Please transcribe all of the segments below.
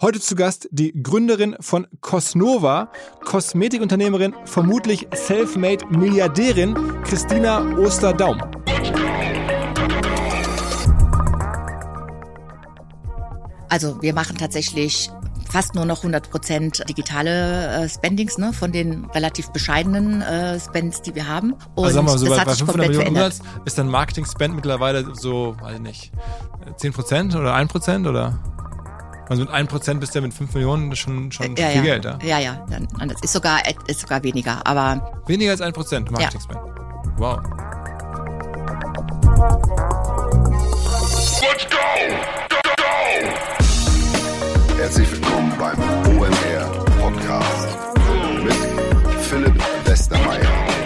Heute zu Gast die Gründerin von Cosnova, Kosmetikunternehmerin, vermutlich Selfmade-Milliardärin, Christina Osterdaum. Also wir machen tatsächlich fast nur noch 100% digitale Spendings, ne, von den relativ bescheidenen Spends, die wir haben. Und also sagen wir mal so, das bei hat sich 500 komplett Millionen verändert. Umsatz ist dann Marketing-Spend mittlerweile so, weiß ich nicht, 10% oder 1% oder? Also mit 1% bist du ja mit 5 Millionen, das ist schon viel Geld, ja? Ja. Das ist sogar weniger, aber... Weniger als 1% Marketing-Spend. Ja. Wow. Let's go! Herzlich willkommen beim OMR Podcast mit Philipp Westermeier.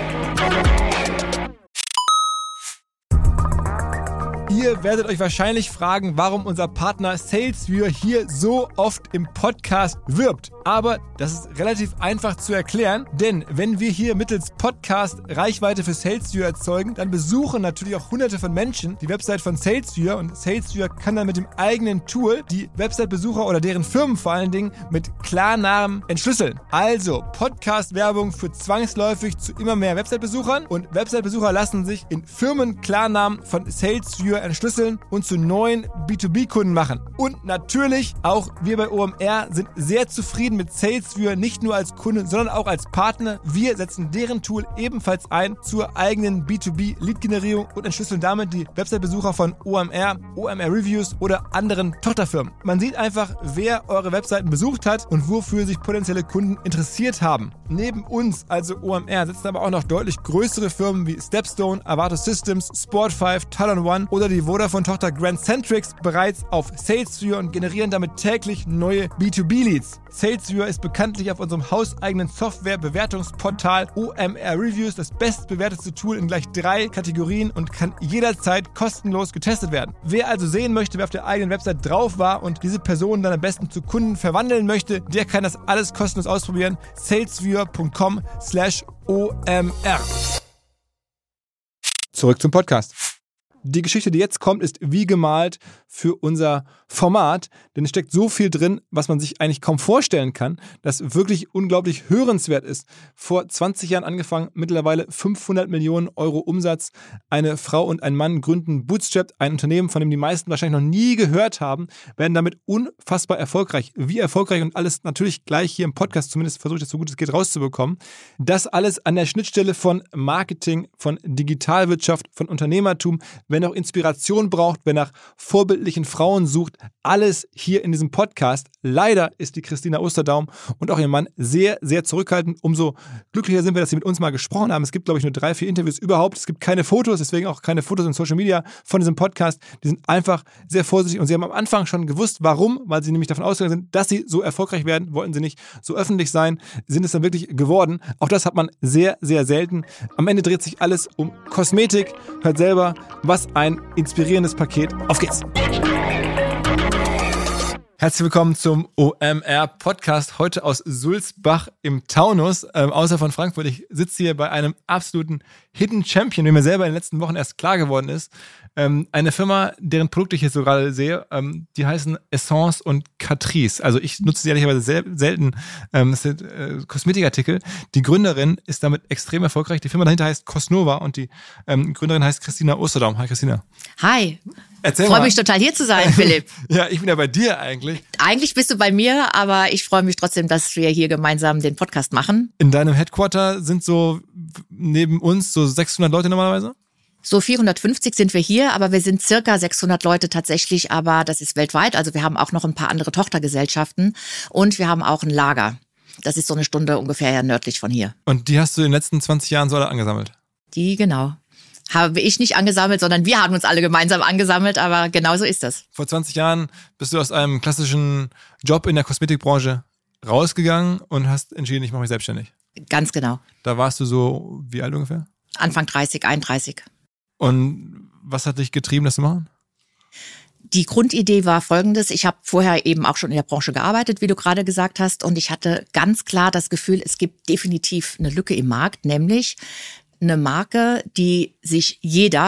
Ihr werdet euch wahrscheinlich fragen, warum unser Partner SalesViewer hier so oft im Podcast wirbt. Aber das ist relativ einfach zu erklären, denn wenn wir hier mittels Podcast Reichweite für SalesViewer erzeugen, dann besuchen natürlich auch hunderte von Menschen die Website von SalesViewer und SalesViewer kann dann mit dem eigenen Tool die Website-Besucher oder deren Firmen vor allen Dingen mit Klarnamen entschlüsseln. Also Podcast-Werbung führt zwangsläufig zu immer mehr Website-Besuchern und Website-Besucher lassen sich in Firmen-Klarnamen von SalesViewer entschlüsseln und zu neuen B2B-Kunden machen. Und natürlich, auch wir bei OMR sind sehr zufrieden mit SalesViewer, nicht nur als Kunde, sondern auch als Partner. Wir setzen deren Tool ebenfalls ein zur eigenen B2B-Lead-Generierung und entschlüsseln damit die Website-Besucher von OMR, OMR Reviews oder anderen Tochterfirmen. Man sieht einfach, wer eure Webseiten besucht hat und wofür sich potenzielle Kunden interessiert haben. Neben uns, also OMR, setzen aber auch noch deutlich größere Firmen wie Stepstone, Avato Systems, Sport5, Talon One oder die Vodafone-Tochter Grand Centrix bereits auf SalesViewer und generieren damit täglich neue B2B-Leads. SalesViewer ist bekanntlich auf unserem hauseigenen Software-Bewertungsportal OMR Reviews das bestbewertete Tool in gleich 3 Kategorien und kann jederzeit kostenlos getestet werden. Wer also sehen möchte, wer auf der eigenen Website drauf war und diese Person dann am besten zu Kunden verwandeln möchte, der kann das alles kostenlos ausprobieren. salesviewer.com/OMR. Zurück zum Podcast. Die Geschichte, die jetzt kommt, ist wie gemalt für unser Format, denn es steckt so viel drin, was man sich eigentlich kaum vorstellen kann, das wirklich unglaublich hörenswert ist. Vor 20 Jahren angefangen, mittlerweile 500 Millionen Euro Umsatz. Eine Frau und ein Mann gründen Bootstrap, ein Unternehmen, von dem die meisten wahrscheinlich noch nie gehört haben, werden damit unfassbar erfolgreich. Wie erfolgreich und alles natürlich gleich hier im Podcast, zumindest versuche ich das so gut es geht rauszubekommen. Das alles an der Schnittstelle von Marketing, von Digitalwirtschaft, von Unternehmertum. Wer noch Inspiration braucht, wer nach vorbildlichen Frauen sucht, alles hier in diesem Podcast. Leider ist die Christina Osterdaum und auch ihr Mann sehr, sehr zurückhaltend. Umso glücklicher sind wir, dass sie mit uns mal gesprochen haben. Es gibt, glaube ich, nur 3-4 Interviews überhaupt. Es gibt keine Fotos, deswegen auch keine Fotos in Social Media von diesem Podcast. Die sind einfach sehr vorsichtig und sie haben am Anfang schon gewusst, warum, weil sie nämlich davon ausgegangen sind, dass sie so erfolgreich werden, wollten sie nicht so öffentlich sein, sind es dann wirklich geworden. Auch das hat man sehr, sehr selten. Am Ende dreht sich alles um Kosmetik. Hört selber, was ein inspirierendes Paket. Auf geht's! Herzlich willkommen zum OMR-Podcast, heute aus Sulzbach im Taunus, außer von Frankfurt. Ich sitze hier bei einem absoluten Hidden Champion, der mir selber in den letzten Wochen erst klar geworden ist. Eine Firma, deren Produkte ich jetzt so gerade sehe, die heißen Essence und Catrice. Also ich nutze sie ehrlicherweise selten. Das sind Kosmetikartikel. Die Gründerin ist damit extrem erfolgreich. Die Firma dahinter heißt Cosnova und die Gründerin heißt Christina Osterdaum. Hi Christina. Hi. Erzähl Freue mal. mich total hier zu sein, Philipp. Ja, ich bin ja bei dir eigentlich. Eigentlich bist du bei mir, aber ich freue mich trotzdem, dass wir hier gemeinsam den Podcast machen. In deinem Headquarter sind so neben uns so 600 Leute normalerweise? So 450 sind wir hier, aber wir sind circa 600 Leute tatsächlich, aber das ist weltweit. Also wir haben auch noch ein paar andere Tochtergesellschaften und wir haben auch ein Lager. Das ist so eine Stunde ungefähr nördlich von hier. Und die hast du in den letzten 20 Jahren so alle angesammelt? Die, genau. Habe ich nicht angesammelt, sondern wir haben uns alle gemeinsam angesammelt, aber genau so ist das. Vor 20 Jahren bist du aus einem klassischen Job in der Kosmetikbranche rausgegangen und hast entschieden, ich mache mich selbstständig. Ganz genau. Da warst du so, wie alt ungefähr? Anfang 30, 31. Und was hat dich getrieben, das zu machen? Die Grundidee war folgendes. Ich habe vorher eben auch schon in der Branche gearbeitet, wie du gerade gesagt hast. Und ich hatte ganz klar das Gefühl, es gibt definitiv eine Lücke im Markt, nämlich eine Marke, die sich jeder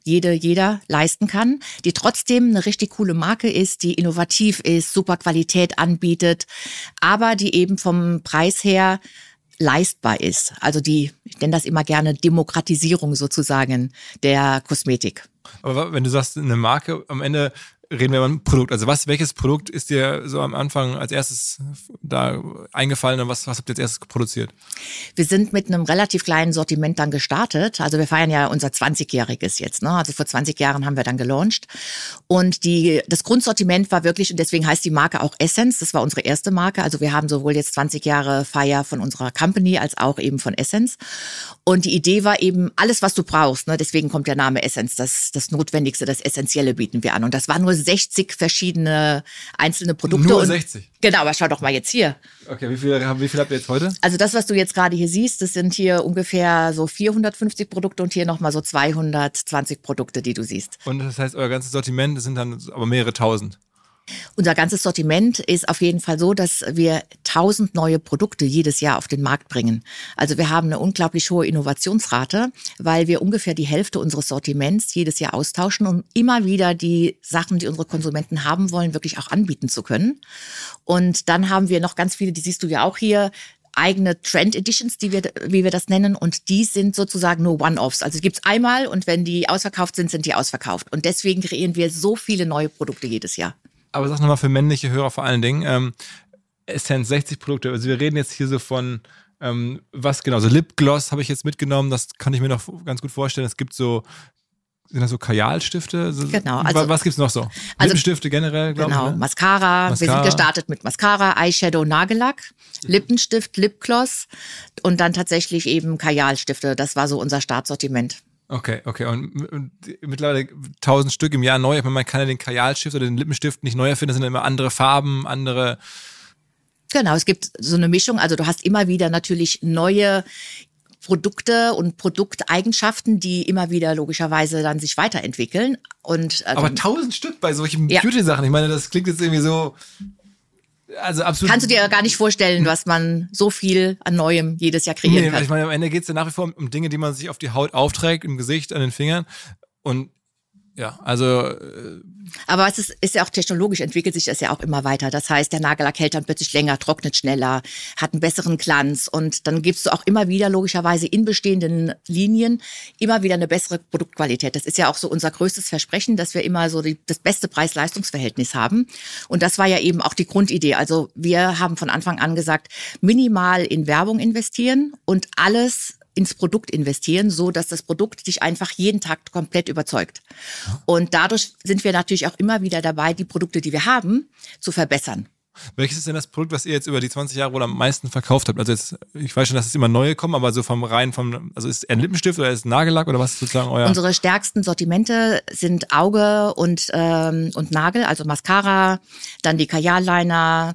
jeder leisten kann, die trotzdem eine richtig coole Marke ist, die innovativ ist, super Qualität anbietet, aber die eben vom Preis her leistbar ist. Also ich nenne das immer gerne Demokratisierung sozusagen der Kosmetik. Aber wenn du sagst, eine Marke, am Ende reden wir über ein Produkt. Also welches Produkt ist dir so am Anfang als erstes da eingefallen und was habt ihr als erstes produziert? Wir sind mit einem relativ kleinen Sortiment dann gestartet. Also wir feiern ja unser 20-jähriges jetzt. Ne? Also vor 20 Jahren haben wir dann gelauncht. Und das Grundsortiment war wirklich, und deswegen heißt die Marke auch Essence, das war unsere erste Marke. Also wir haben sowohl jetzt 20 Jahre Feier von unserer Company als auch eben von Essence. Und die Idee war eben, alles, was du brauchst. Ne? Deswegen kommt der Name Essence. Das Notwendigste, das Essentielle bieten wir an. Und das war nur 60 verschiedene einzelne Produkte. Nur 60? Genau, aber schau doch mal jetzt hier. Okay, wie viel habt ihr jetzt heute? Also das, was du jetzt gerade hier siehst, das sind hier ungefähr so 450 Produkte und hier nochmal so 220 Produkte, die du siehst. Und das heißt, euer ganzes Sortiment sind dann aber mehrere tausend? Unser ganzes Sortiment ist auf jeden Fall so, dass wir 1000 neue Produkte jedes Jahr auf den Markt bringen. Also wir haben eine unglaublich hohe Innovationsrate, weil wir ungefähr die Hälfte unseres Sortiments jedes Jahr austauschen, um immer wieder die Sachen, die unsere Konsumenten haben wollen, wirklich auch anbieten zu können. Und dann haben wir noch ganz viele, die siehst du ja auch hier, eigene Trend Editions, wie wir das nennen, und die sind sozusagen nur One-Offs. Also die gibt's einmal und wenn die ausverkauft sind, sind die ausverkauft. Und deswegen kreieren wir so viele neue Produkte jedes Jahr. Aber sag nochmal für männliche Hörer vor allen Dingen, Essence 60 Produkte, also wir reden jetzt hier so von, was genau, so Lipgloss habe ich jetzt mitgenommen, das kann ich mir noch ganz gut vorstellen, es gibt so, sind das so Kajalstifte? Genau. Also, was gibt's noch so? Lippenstifte generell, glaube ich. Genau, ne? Mascara. Wir sind gestartet mit Mascara, Eyeshadow, Nagellack, Lippenstift, Lipgloss und dann tatsächlich eben Kajalstifte, das war so unser Startsortiment. Okay. Und mittlerweile 1000 Stück im Jahr neu. Ich meine, man kann ja den Kajalstift oder den Lippenstift nicht neu erfinden. Das sind immer andere Farben, andere. Genau, es gibt so eine Mischung. Also du hast immer wieder natürlich neue Produkte und Produkteigenschaften, die immer wieder logischerweise dann sich weiterentwickeln. Und, aber 1000 Stück bei solchen Beauty-Sachen. Ich meine, das klingt jetzt irgendwie so. Also absolut. Kannst du dir gar nicht vorstellen, was man so viel an Neuem jedes Jahr kreieren kann. Ich meine, am Ende geht es ja nach wie vor um Dinge, die man sich auf die Haut aufträgt, im Gesicht, an den Fingern. Und ja, also. Aber es ist ja auch technologisch, entwickelt sich das ja auch immer weiter. Das heißt, der Nagellack hält dann plötzlich länger, trocknet schneller, hat einen besseren Glanz. Und dann gibst du auch immer wieder logischerweise in bestehenden Linien immer wieder eine bessere Produktqualität. Das ist ja auch so unser größtes Versprechen, dass wir immer so das beste Preis-Leistungs-Verhältnis haben. Und das war ja eben auch die Grundidee. Also wir haben von Anfang an gesagt, minimal in Werbung investieren und alles ins Produkt investieren, so dass das Produkt dich einfach jeden Tag komplett überzeugt. Und dadurch sind wir natürlich auch immer wieder dabei, die Produkte, die wir haben, zu verbessern. Welches ist denn das Produkt, was ihr jetzt über die 20 Jahre wohl am meisten verkauft habt? Also jetzt, ich weiß schon, dass es immer neue kommen, aber so also ist er ein Lippenstift oder ist es ein Nagellack oder was ist sozusagen euer? Unsere stärksten Sortimente sind Auge und Nagel, also Mascara, dann die Kajalliner,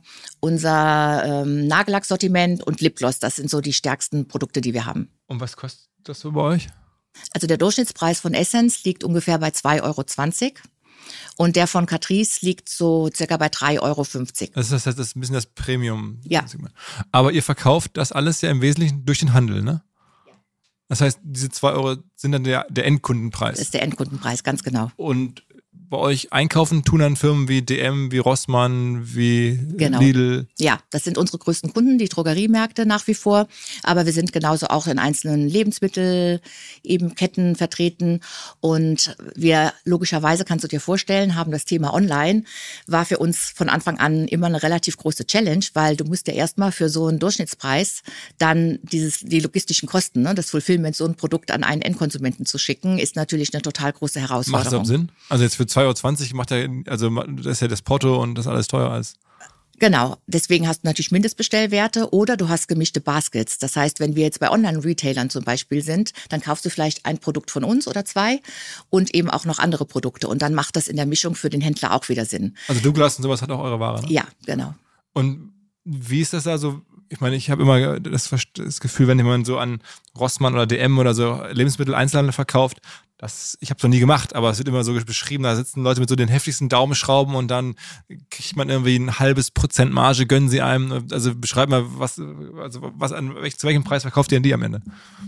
unser Nagellack-Sortiment und Lipgloss. Das sind so die stärksten Produkte, die wir haben. Und was kostet das so bei euch? Also der Durchschnittspreis von Essence liegt ungefähr bei 2,20 € und der von Catrice liegt so circa bei 3,50 €. Das heißt, das ist ein bisschen das Premium. Ja. Aber ihr verkauft das alles ja im Wesentlichen durch den Handel, ne? Ja. Das heißt, diese 2 € sind dann der Endkundenpreis. Das ist der Endkundenpreis, ganz genau. Und bei euch einkaufen tun dann Firmen wie DM, wie Rossmann, wie Lidl? Ja, das sind unsere größten Kunden, die Drogeriemärkte nach wie vor. Aber wir sind genauso auch in einzelnen Lebensmittelketten vertreten. Und wir, logischerweise kannst du dir vorstellen, haben das Thema Online, war für uns von Anfang an immer eine relativ große Challenge, weil du musst ja erstmal für so einen Durchschnittspreis dann die logistischen Kosten, ne, das Fulfillment, so ein Produkt an einen Endkonsumenten zu schicken, ist natürlich eine total große Herausforderung. Macht das auch Sinn? Also jetzt für 2,20 € macht das ist ja das Porto und das alles teuer als. Genau, deswegen hast du natürlich Mindestbestellwerte oder du hast gemischte Baskets. Das heißt, wenn wir jetzt bei Online-Retailern zum Beispiel sind, dann kaufst du vielleicht ein Produkt von uns oder 2 und eben auch noch andere Produkte. Und dann macht das in der Mischung für den Händler auch wieder Sinn. Also Douglas und sowas hat auch eure Ware, ne? Ja, genau. Und wie ist das da so? Ich meine, ich habe immer das Gefühl, wenn jemand so an Rossmann oder DM oder so Lebensmittel-Einzelhandel verkauft, ich habe es noch nie gemacht, aber es wird immer so beschrieben, da sitzen Leute mit so den heftigsten Daumenschrauben und dann kriegt man irgendwie ein halbes % Marge, gönnen sie einem. Also beschreib mal, zu welchem Preis verkauft ihr denn die am Ende?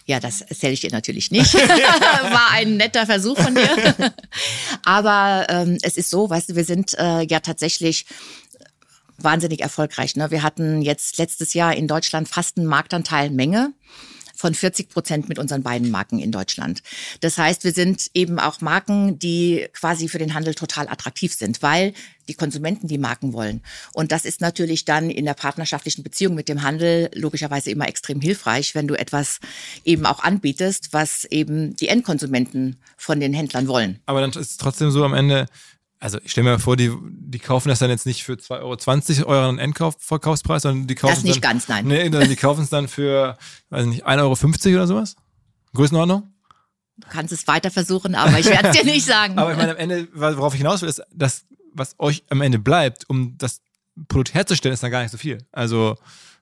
Ja, das erzähle ich dir natürlich nicht. War ein netter Versuch von dir. Aber es ist so, weißt du, wir sind ja tatsächlich wahnsinnig erfolgreich. Ne? Wir hatten jetzt letztes Jahr in Deutschland fast einen Marktanteil Menge von 40% mit unseren beiden Marken in Deutschland. Das heißt, wir sind eben auch Marken, die quasi für den Handel total attraktiv sind, weil die Konsumenten die Marken wollen. Und das ist natürlich dann in der partnerschaftlichen Beziehung mit dem Handel logischerweise immer extrem hilfreich, wenn du etwas eben auch anbietest, was eben die Endkonsumenten von den Händlern wollen. Aber dann ist es trotzdem so am Ende, also ich stelle mir vor, die kaufen das dann jetzt nicht für 2,20 € euren Endverkaufspreis, sondern die kaufen das nicht dann, ganz, nein. Nee, die kaufen es dann für, weiß nicht, 1,50 € oder sowas? Größenordnung? Du kannst es weiter versuchen, aber ich werde es dir nicht sagen. Aber ich meine, am Ende, worauf ich hinaus will, ist, dass was euch am Ende bleibt, um das Produkt herzustellen, ist dann gar nicht so viel. Also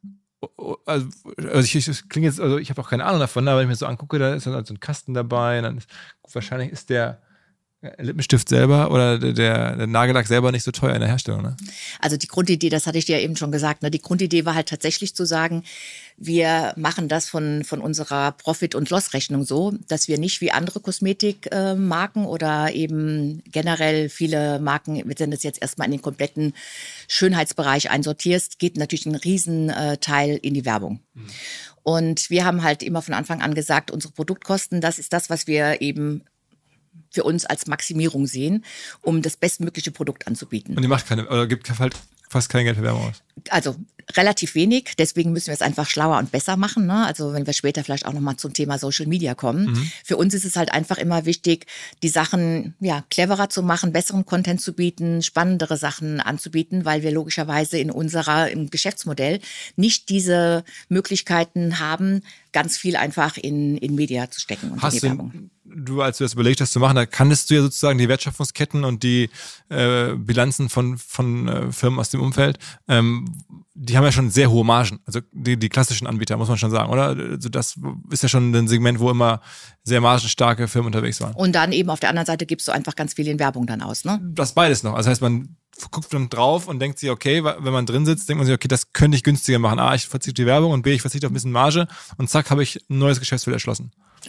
ich klinge jetzt, also ich habe auch keine Ahnung davon, aber wenn ich mir so angucke, da ist dann so ein Kasten dabei, dann wahrscheinlich ist der Lippenstift selber oder der Nagellack selber nicht so teuer in der Herstellung, ne? Also die Grundidee, das hatte ich dir ja eben schon gesagt, ne? Die Grundidee war halt tatsächlich zu sagen, wir machen das von unserer Profit- und Loss-Rechnung so, dass wir nicht wie andere Kosmetikmarken oder eben generell viele Marken, wenn du es jetzt erstmal in den kompletten Schönheitsbereich einsortierst, geht natürlich ein Riesenteil in die Werbung. Mhm. Und wir haben halt immer von Anfang an gesagt, unsere Produktkosten, das ist das, was wir eben für uns als Maximierung sehen, um das bestmögliche Produkt anzubieten. Und ihr macht gibt halt fast kein Geld für Werbung aus? Also relativ wenig, deswegen müssen wir es einfach schlauer und besser machen, ne? Also wenn wir später vielleicht auch nochmal zum Thema Social Media kommen. Mhm. Für uns ist es halt einfach immer wichtig, die Sachen cleverer zu machen, besseren Content zu bieten, spannendere Sachen anzubieten, weil wir logischerweise im Geschäftsmodell nicht diese Möglichkeiten haben, ganz viel einfach in Media zu stecken und in die Werbung. Als du das überlegt hast zu machen, da kanntest du ja sozusagen die Wertschöpfungsketten und die Bilanzen von Firmen aus dem Umfeld. Die haben ja schon sehr hohe Margen, also die klassischen Anbieter, muss man schon sagen, oder? Also das ist ja schon ein Segment, wo immer sehr margenstarke Firmen unterwegs waren. Und dann eben auf der anderen Seite gibst du einfach ganz viel in Werbung dann aus, ne? Das beides noch. Also das heißt, man guckt dann drauf und denkt sich, okay, wenn man drin sitzt, denkt man sich, okay, das könnte ich günstiger machen. A, ich verzichte auf die Werbung und B, ich verzichte auf ein bisschen Marge und zack, habe ich ein neues Geschäftsfeld erschlossen.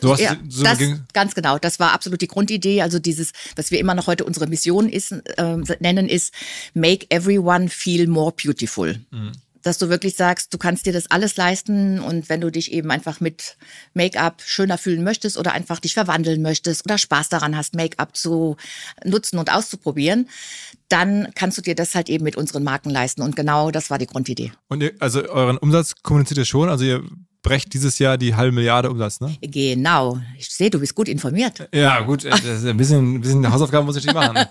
Ganz genau. Das war absolut die Grundidee. Also dieses, was wir immer noch heute unsere Mission nennen, ist Make everyone feel more beautiful. Mhm. Dass du wirklich sagst, du kannst dir das alles leisten und wenn du dich eben einfach mit Make-up schöner fühlen möchtest oder einfach dich verwandeln möchtest oder Spaß daran hast, Make-up zu nutzen und auszuprobieren, dann kannst du dir das halt eben mit unseren Marken leisten. Und genau das war die Grundidee. Und also euren Umsatz kommuniziert ihr schon? Also ihr brecht dieses Jahr die 500 Milliarden Umsatz, ne? Genau. Ich sehe, du bist gut informiert. Ja, gut. Das ist ein bisschen Hausaufgaben muss ich nicht machen.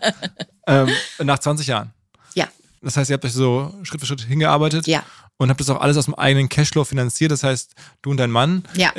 Nach 20 Jahren. Ja. Das heißt, ihr habt euch so Schritt für Schritt hingearbeitet. Ja. Und habt das auch alles aus dem eigenen Cashflow finanziert. Das heißt, du und dein Mann,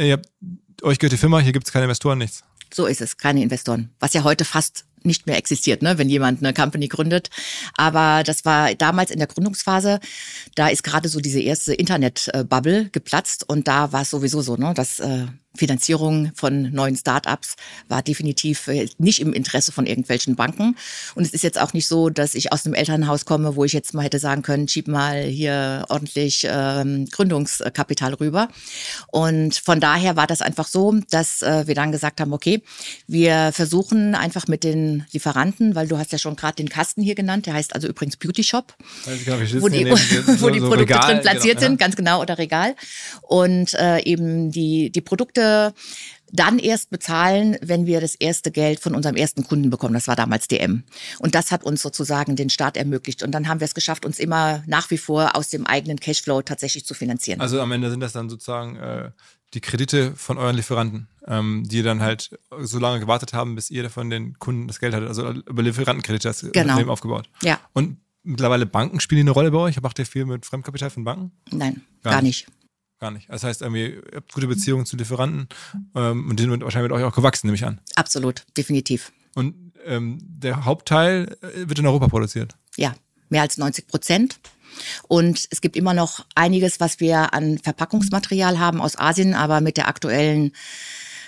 euch gehört die Firma, hier gibt es keine Investoren, nichts. So ist es, keine Investoren. Was ja heute fast nicht mehr existiert, ne, wenn jemand eine Company gründet. Aber das war damals in der Gründungsphase, da ist gerade so diese erste Internet-Bubble geplatzt und da war es sowieso so, ne, dass Finanzierung von neuen Startups war definitiv nicht im Interesse von irgendwelchen Banken. Und es ist jetzt auch nicht so, dass ich aus dem Elternhaus komme, wo ich jetzt mal hätte sagen können, schieb mal hier ordentlich Gründungskapital rüber. Und von daher war das einfach so, dass wir dann gesagt haben, okay, wir versuchen einfach mit den Lieferanten, weil du hast ja schon gerade den Kasten hier genannt, der heißt also übrigens Beauty Shop, wo die Produkte Regal, drin platziert sind, ganz genau, oder Regal. Und eben die Produkte dann erst bezahlen, wenn wir das erste Geld von unserem ersten Kunden bekommen. Das war damals DM. Und das hat uns sozusagen den Start ermöglicht. Und dann haben wir es geschafft, uns immer nach wie vor aus dem eigenen Cashflow tatsächlich zu finanzieren. Also am Ende sind das dann sozusagen die Kredite von euren Lieferanten, die dann halt so lange gewartet haben, bis ihr von den Kunden das Geld hattet. Also über Lieferantenkredite das Unternehmen aufgebaut. Ja. Und mittlerweile Banken spielen eine Rolle bei euch? Macht ihr viel mit Fremdkapital von Banken? Nein, gar nicht. Gar nicht. Das heißt, ihr habt gute Beziehungen zu Lieferanten und die sind wahrscheinlich mit euch auch gewachsen, nehme ich an. Absolut, definitiv. Und der Hauptteil wird in Europa produziert? Ja, mehr als 90%. Und es gibt immer noch einiges, was wir an Verpackungsmaterial haben aus Asien, aber mit der aktuellen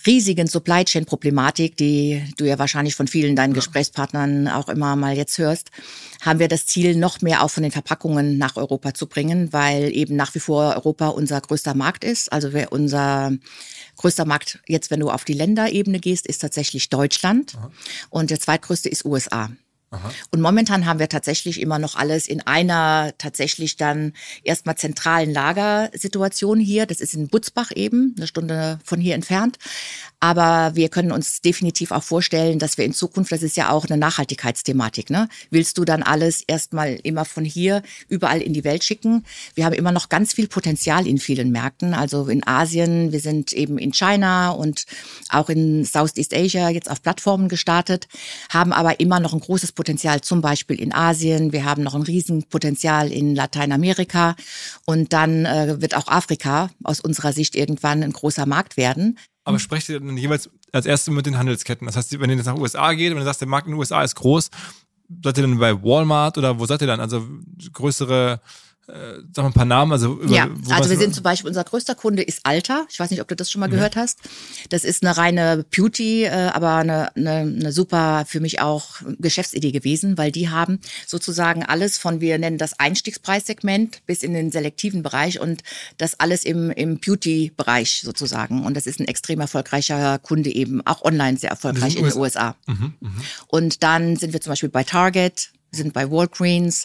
riesigen Supply Chain Problematik, die du ja wahrscheinlich von vielen deinen Gesprächspartnern auch immer mal jetzt hörst, haben wir das Ziel, noch mehr auch von den Verpackungen nach Europa zu bringen, weil eben nach wie vor Europa unser größter Markt ist. Also unser größter Markt jetzt, wenn du auf die Länderebene gehst, ist tatsächlich Deutschland. Aha. Und der zweitgrößte ist USA. Aha. Und momentan haben wir tatsächlich immer noch alles in einer tatsächlich dann erstmal zentralen Lagersituation hier. Das ist in Butzbach eben, 1 Stunde von hier entfernt. Aber wir können uns definitiv auch vorstellen, dass wir in Zukunft, das ist ja auch eine Nachhaltigkeitsthematik, ne? Willst du dann alles erstmal immer von hier überall in die Welt schicken? Wir haben immer noch ganz viel Potenzial in vielen Märkten. Also in Asien, wir sind eben in China und auch in Southeast Asia jetzt auf Plattformen gestartet, haben aber immer noch ein großes Potenzial, zum Beispiel in Asien. Wir haben noch ein Riesenpotenzial in Lateinamerika. Und dann wird auch Afrika aus unserer Sicht irgendwann ein großer Markt werden. Aber sprecht ihr dann jeweils als erstes mit den Handelsketten? Das heißt, wenn ihr jetzt nach USA geht, wenn du sagst, der Markt in den USA ist groß, seid ihr dann bei Walmart oder wo seid ihr dann? Also größere, sag mal ein paar Namen. Also wir sind zum Beispiel, unser größter Kunde ist Alta. Ich weiß nicht, ob du das schon mal gehört hast. Das ist eine reine Beauty, aber eine super für mich auch Geschäftsidee gewesen, weil die haben sozusagen alles von, wir nennen das Einstiegspreissegment bis in den selektiven Bereich und das alles im Beauty-Bereich sozusagen. Und das ist ein extrem erfolgreicher Kunde eben, auch online sehr erfolgreich in den USA. Und dann sind wir zum Beispiel bei Target, sind bei Walgreens,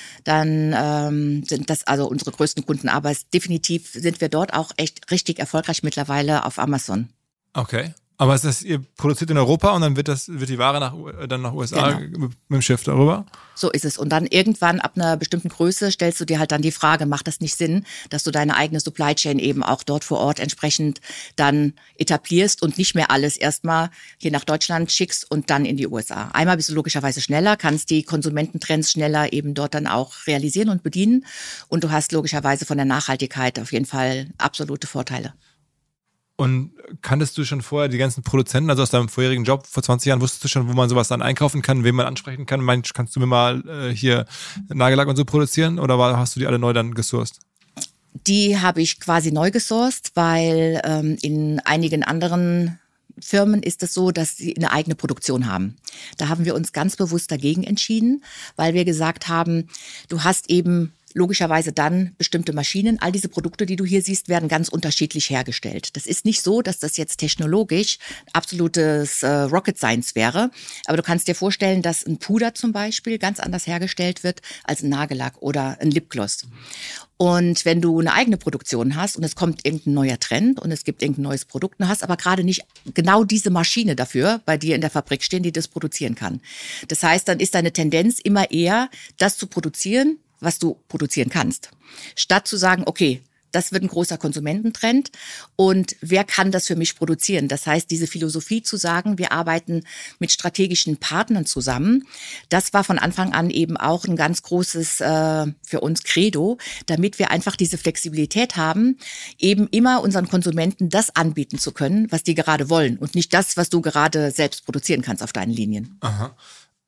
dann sind das also unsere größten Kunden. Aber definitiv sind wir dort auch echt richtig erfolgreich mittlerweile auf Amazon. Okay. Aber ist das, ihr produziert in Europa und dann wird die Ware nach USA mit dem Schiff darüber? So ist es. Und dann irgendwann ab einer bestimmten Größe stellst du dir halt dann die Frage, macht das nicht Sinn, dass du deine eigene Supply Chain eben auch dort vor Ort entsprechend dann etablierst und nicht mehr alles erstmal hier nach Deutschland schickst und dann in die USA. Einmal bist du logischerweise schneller, kannst die Konsumententrends schneller eben dort dann auch realisieren und bedienen und du hast logischerweise von der Nachhaltigkeit auf jeden Fall absolute Vorteile. Und kanntest du schon vorher die ganzen Produzenten, also aus deinem vorherigen Job vor 20 Jahren, wusstest du schon, wo man sowas dann einkaufen kann, wen man ansprechen kann? Mensch, kannst du mir mal hier Nagellack und so produzieren oder hast du die alle neu dann gesourced? Die habe ich quasi neu gesourced, weil in einigen anderen Firmen ist es so, dass sie eine eigene Produktion haben. Da haben wir uns ganz bewusst dagegen entschieden, weil wir gesagt haben, du hast eben logischerweise dann bestimmte Maschinen. All diese Produkte, die du hier siehst, werden ganz unterschiedlich hergestellt. Das ist nicht so, dass das jetzt technologisch absolutes Rocket Science wäre. Aber du kannst dir vorstellen, dass ein Puder zum Beispiel ganz anders hergestellt wird als ein Nagellack oder ein Lipgloss. Und wenn du eine eigene Produktion hast und es kommt irgendein neuer Trend und es gibt irgendein neues Produkt, du hast aber gerade nicht genau diese Maschine dafür bei dir in der Fabrik stehen, die das produzieren kann. Das heißt, dann ist deine Tendenz immer eher, das zu produzieren, was du produzieren kannst. Statt zu sagen, okay, das wird ein großer Konsumententrend und wer kann das für mich produzieren? Das heißt, diese Philosophie zu sagen, wir arbeiten mit strategischen Partnern zusammen, das war von Anfang an eben auch ein ganz großes für uns Credo, damit wir einfach diese Flexibilität haben, eben immer unseren Konsumenten das anbieten zu können, was die gerade wollen und nicht das, was du gerade selbst produzieren kannst auf deinen Linien. Aha.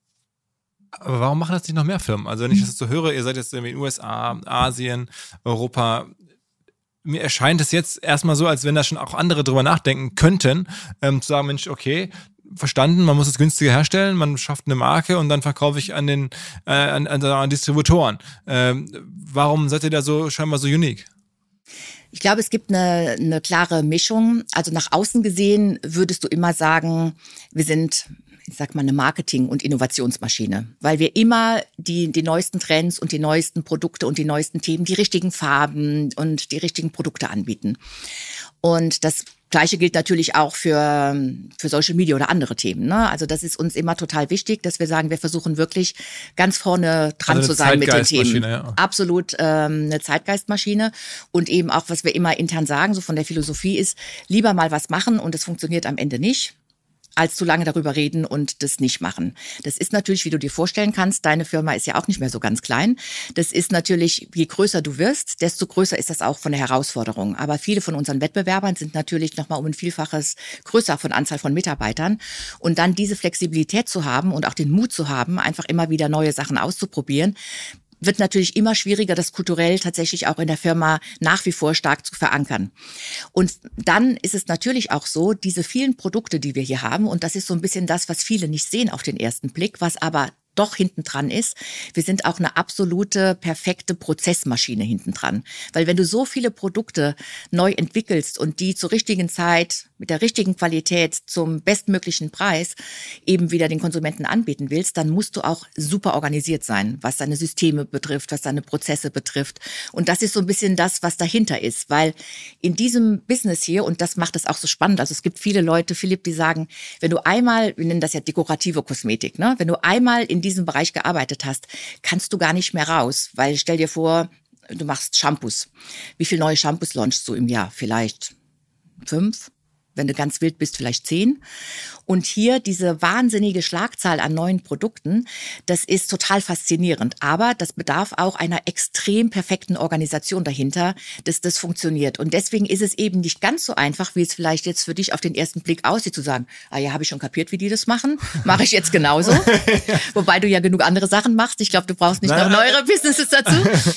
Aber warum machen das nicht noch mehr Firmen? Also wenn ich das so höre, ihr seid jetzt in den USA, Asien, Europa. Mir erscheint es jetzt erstmal so, als wenn da schon auch andere drüber nachdenken könnten, zu sagen, Mensch, okay, verstanden, man muss es günstiger herstellen, man schafft eine Marke und dann verkaufe ich an Distributoren. Warum seid ihr da so scheinbar so unique? Ich glaube, es gibt eine klare Mischung. Also nach außen gesehen würdest du immer sagen, wir sind, ich sag mal, eine Marketing- und Innovationsmaschine, weil wir immer die neuesten Trends und die neuesten Produkte und die neuesten Themen, die richtigen Farben und die richtigen Produkte anbieten. Und das Gleiche gilt natürlich auch für Social Media oder andere Themen, ne? Also das ist uns immer total wichtig, dass wir sagen, wir versuchen wirklich ganz vorne dran zu sein mit den Themen. Ja. Absolut eine Zeitgeistmaschine. Und eben auch, was wir immer intern sagen, so von der Philosophie ist, lieber mal was machen und es funktioniert am Ende nicht, als zu lange darüber reden und das nicht machen. Das ist natürlich, wie du dir vorstellen kannst, deine Firma ist ja auch nicht mehr so ganz klein. Das ist natürlich, je größer du wirst, desto größer ist das auch von der Herausforderung. Aber viele von unseren Wettbewerbern sind natürlich nochmal um ein Vielfaches größer von Anzahl von Mitarbeitern. Und dann diese Flexibilität zu haben und auch den Mut zu haben, einfach immer wieder neue Sachen auszuprobieren, wird natürlich immer schwieriger, das kulturell tatsächlich auch in der Firma nach wie vor stark zu verankern. Und dann ist es natürlich auch so, diese vielen Produkte, die wir hier haben, und das ist so ein bisschen das, was viele nicht sehen auf den ersten Blick, was aber doch hinten dran ist. Wir sind auch eine absolute, perfekte Prozessmaschine hinten dran. Weil wenn du so viele Produkte neu entwickelst und die zur richtigen Zeit, mit der richtigen Qualität, zum bestmöglichen Preis eben wieder den Konsumenten anbieten willst, dann musst du auch super organisiert sein, was deine Systeme betrifft, was deine Prozesse betrifft. Und das ist so ein bisschen das, was dahinter ist. Weil in diesem Business hier, und das macht es auch so spannend, also es gibt viele Leute, Philipp, die sagen, wenn du einmal, wir nennen das ja dekorative Kosmetik, ne? Wenn du einmal in diesem Bereich gearbeitet hast, kannst du gar nicht mehr raus, weil stell dir vor, du machst Shampoos. Wie viele neue Shampoos launchst du im Jahr? Vielleicht 5? Wenn du ganz wild bist, vielleicht 10. Und hier diese wahnsinnige Schlagzahl an neuen Produkten, das ist total faszinierend. Aber das bedarf auch einer extrem perfekten Organisation dahinter, dass das funktioniert. Und deswegen ist es eben nicht ganz so einfach, wie es vielleicht jetzt für dich auf den ersten Blick aussieht, zu sagen, ah ja, habe ich schon kapiert, wie die das machen, mache ich jetzt genauso. Wobei du ja genug andere Sachen machst. Ich glaube, du brauchst nicht noch neuere Businesses dazu.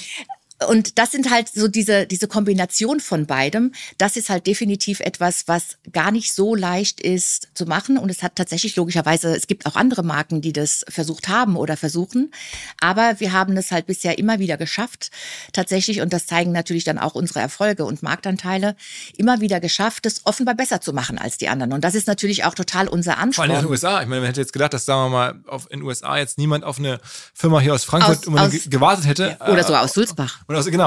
Und das sind halt so diese Kombination von beidem. Das ist halt definitiv etwas, was gar nicht so leicht ist zu machen. Und es hat tatsächlich logischerweise, es gibt auch andere Marken, die das versucht haben oder versuchen. Aber wir haben es halt bisher immer wieder geschafft, tatsächlich, und das zeigen natürlich dann auch unsere Erfolge und Marktanteile, immer wieder geschafft, es offenbar besser zu machen als die anderen. Und das ist natürlich auch total unser Ansporn. Vor allem in den USA. Ich meine, man hätte jetzt gedacht, dass, sagen wir mal, in den USA jetzt niemand auf eine Firma hier aus Frankfurt gewartet hätte. Ja, oder sogar aus Sulzbach. Genau.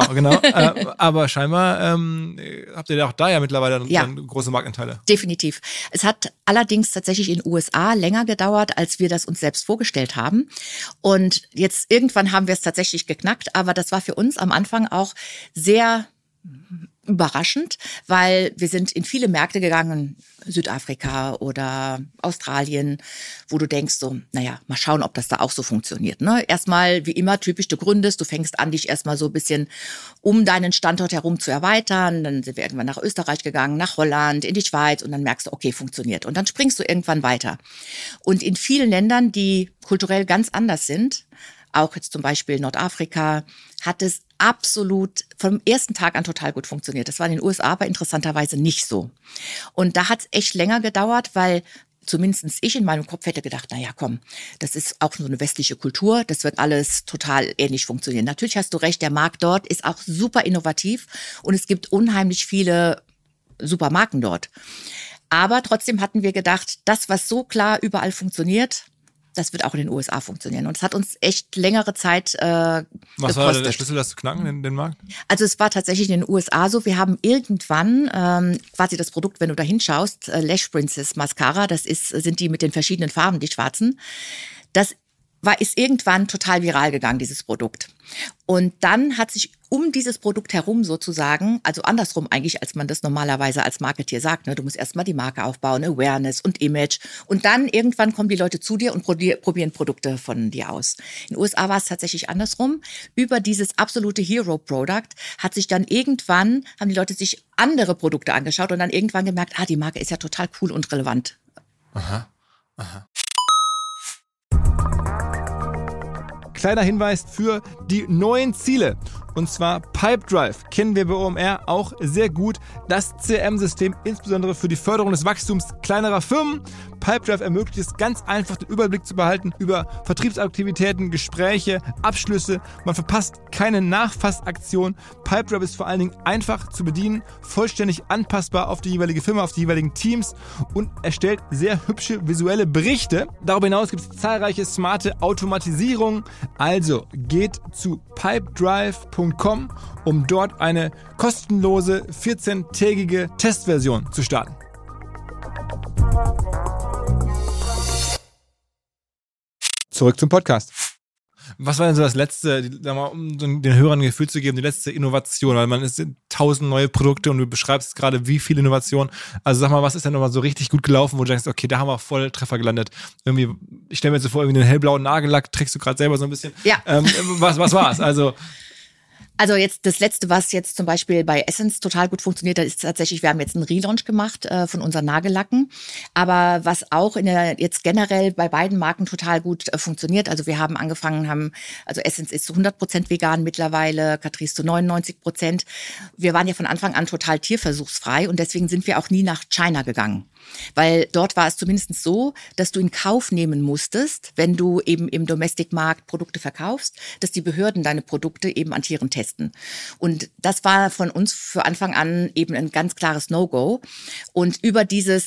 Aber scheinbar habt ihr auch da ja mittlerweile dann große Marktanteile. Definitiv. Es hat allerdings tatsächlich in den USA länger gedauert, als wir das uns selbst vorgestellt haben. Und jetzt irgendwann haben wir es tatsächlich geknackt, aber das war für uns am Anfang auch sehr überraschend, weil wir sind in viele Märkte gegangen, Südafrika oder Australien, wo du denkst so, naja, mal schauen, ob das da auch so funktioniert. Ne? Erstmal, wie immer, typisch, du gründest, du fängst an, dich erstmal so ein bisschen um deinen Standort herum zu erweitern. Dann sind wir irgendwann nach Österreich gegangen, nach Holland, in die Schweiz und dann merkst du, okay, funktioniert. Und dann springst du irgendwann weiter. Und in vielen Ländern, die kulturell ganz anders sind, auch jetzt zum Beispiel Nordafrika, hat es absolut vom ersten Tag an total gut funktioniert. Das war in den USA aber interessanterweise nicht so. Und da hat es echt länger gedauert, weil zumindest ich in meinem Kopf hätte gedacht, naja, komm, das ist auch so eine westliche Kultur, das wird alles total ähnlich funktionieren. Natürlich hast du recht, der Markt dort ist auch super innovativ und es gibt unheimlich viele super Marken dort. Aber trotzdem hatten wir gedacht, das, was so klar überall funktioniert, das wird auch in den USA funktionieren. Und es hat uns echt längere Zeit gekostet. Was war der Schlüssel, das zu knacken, den Markt? Also es war tatsächlich in den USA so, wir haben irgendwann quasi das Produkt, wenn du da hinschaust, Lash Princess Mascara, sind die mit den verschiedenen Farben, die schwarzen. Das ist irgendwann total viral gegangen, dieses Produkt. Und dann hat sich um dieses Produkt herum sozusagen, also andersrum eigentlich, als man das normalerweise als Marketeer sagt, ne? Du musst erstmal die Marke aufbauen, Awareness und Image. Und dann irgendwann kommen die Leute zu dir und probieren Produkte von dir aus. In den USA war es tatsächlich andersrum. Über dieses absolute Hero-Product haben die Leute sich andere Produkte angeschaut und dann irgendwann gemerkt, die Marke ist ja total cool und relevant. Aha. Kleiner Hinweis für die neuen Ziele. Und zwar Pipedrive kennen wir bei OMR auch sehr gut. Das CRM-System insbesondere für die Förderung des Wachstums kleinerer Firmen. Pipedrive ermöglicht es ganz einfach, den Überblick zu behalten über Vertriebsaktivitäten, Gespräche, Abschlüsse. Man verpasst keine Nachfassaktion. Pipedrive ist vor allen Dingen einfach zu bedienen, vollständig anpassbar auf die jeweilige Firma, auf die jeweiligen Teams und erstellt sehr hübsche visuelle Berichte. Darüber hinaus gibt es zahlreiche smarte Automatisierungen. Also geht zu pipedrive.com, um dort eine kostenlose 14-tägige Testversion zu starten. Zurück zum Podcast. Was war denn so das letzte, um den Hörern ein Gefühl zu geben, die letzte Innovation? Weil es sind 1000 neue Produkte und du beschreibst gerade, wie viel Innovation. Also sag mal, was ist denn nochmal so richtig gut gelaufen, wo du denkst, okay, da haben wir voll Treffer gelandet. Irgendwie, ich stelle mir jetzt so vor, irgendwie den hellblauen Nagellack trägst du gerade selber so ein bisschen. Ja. Was war's? Also Also jetzt das Letzte, was jetzt zum Beispiel bei Essence total gut funktioniert, ist tatsächlich, wir haben jetzt einen Relaunch gemacht von unseren Nagellacken. Aber was auch jetzt generell bei beiden Marken total gut funktioniert, also wir haben angefangen, also Essence ist zu 100% vegan mittlerweile, Catrice zu 99%. Wir waren ja von Anfang an total tierversuchsfrei und deswegen sind wir auch nie nach China gegangen. Weil dort war es zumindest so, dass du in Kauf nehmen musstest, wenn du eben im Domestic-Markt Produkte verkaufst, dass die Behörden deine Produkte eben an Tieren testen. Und das war von uns für Anfang an eben ein ganz klares No-Go. Und über dieses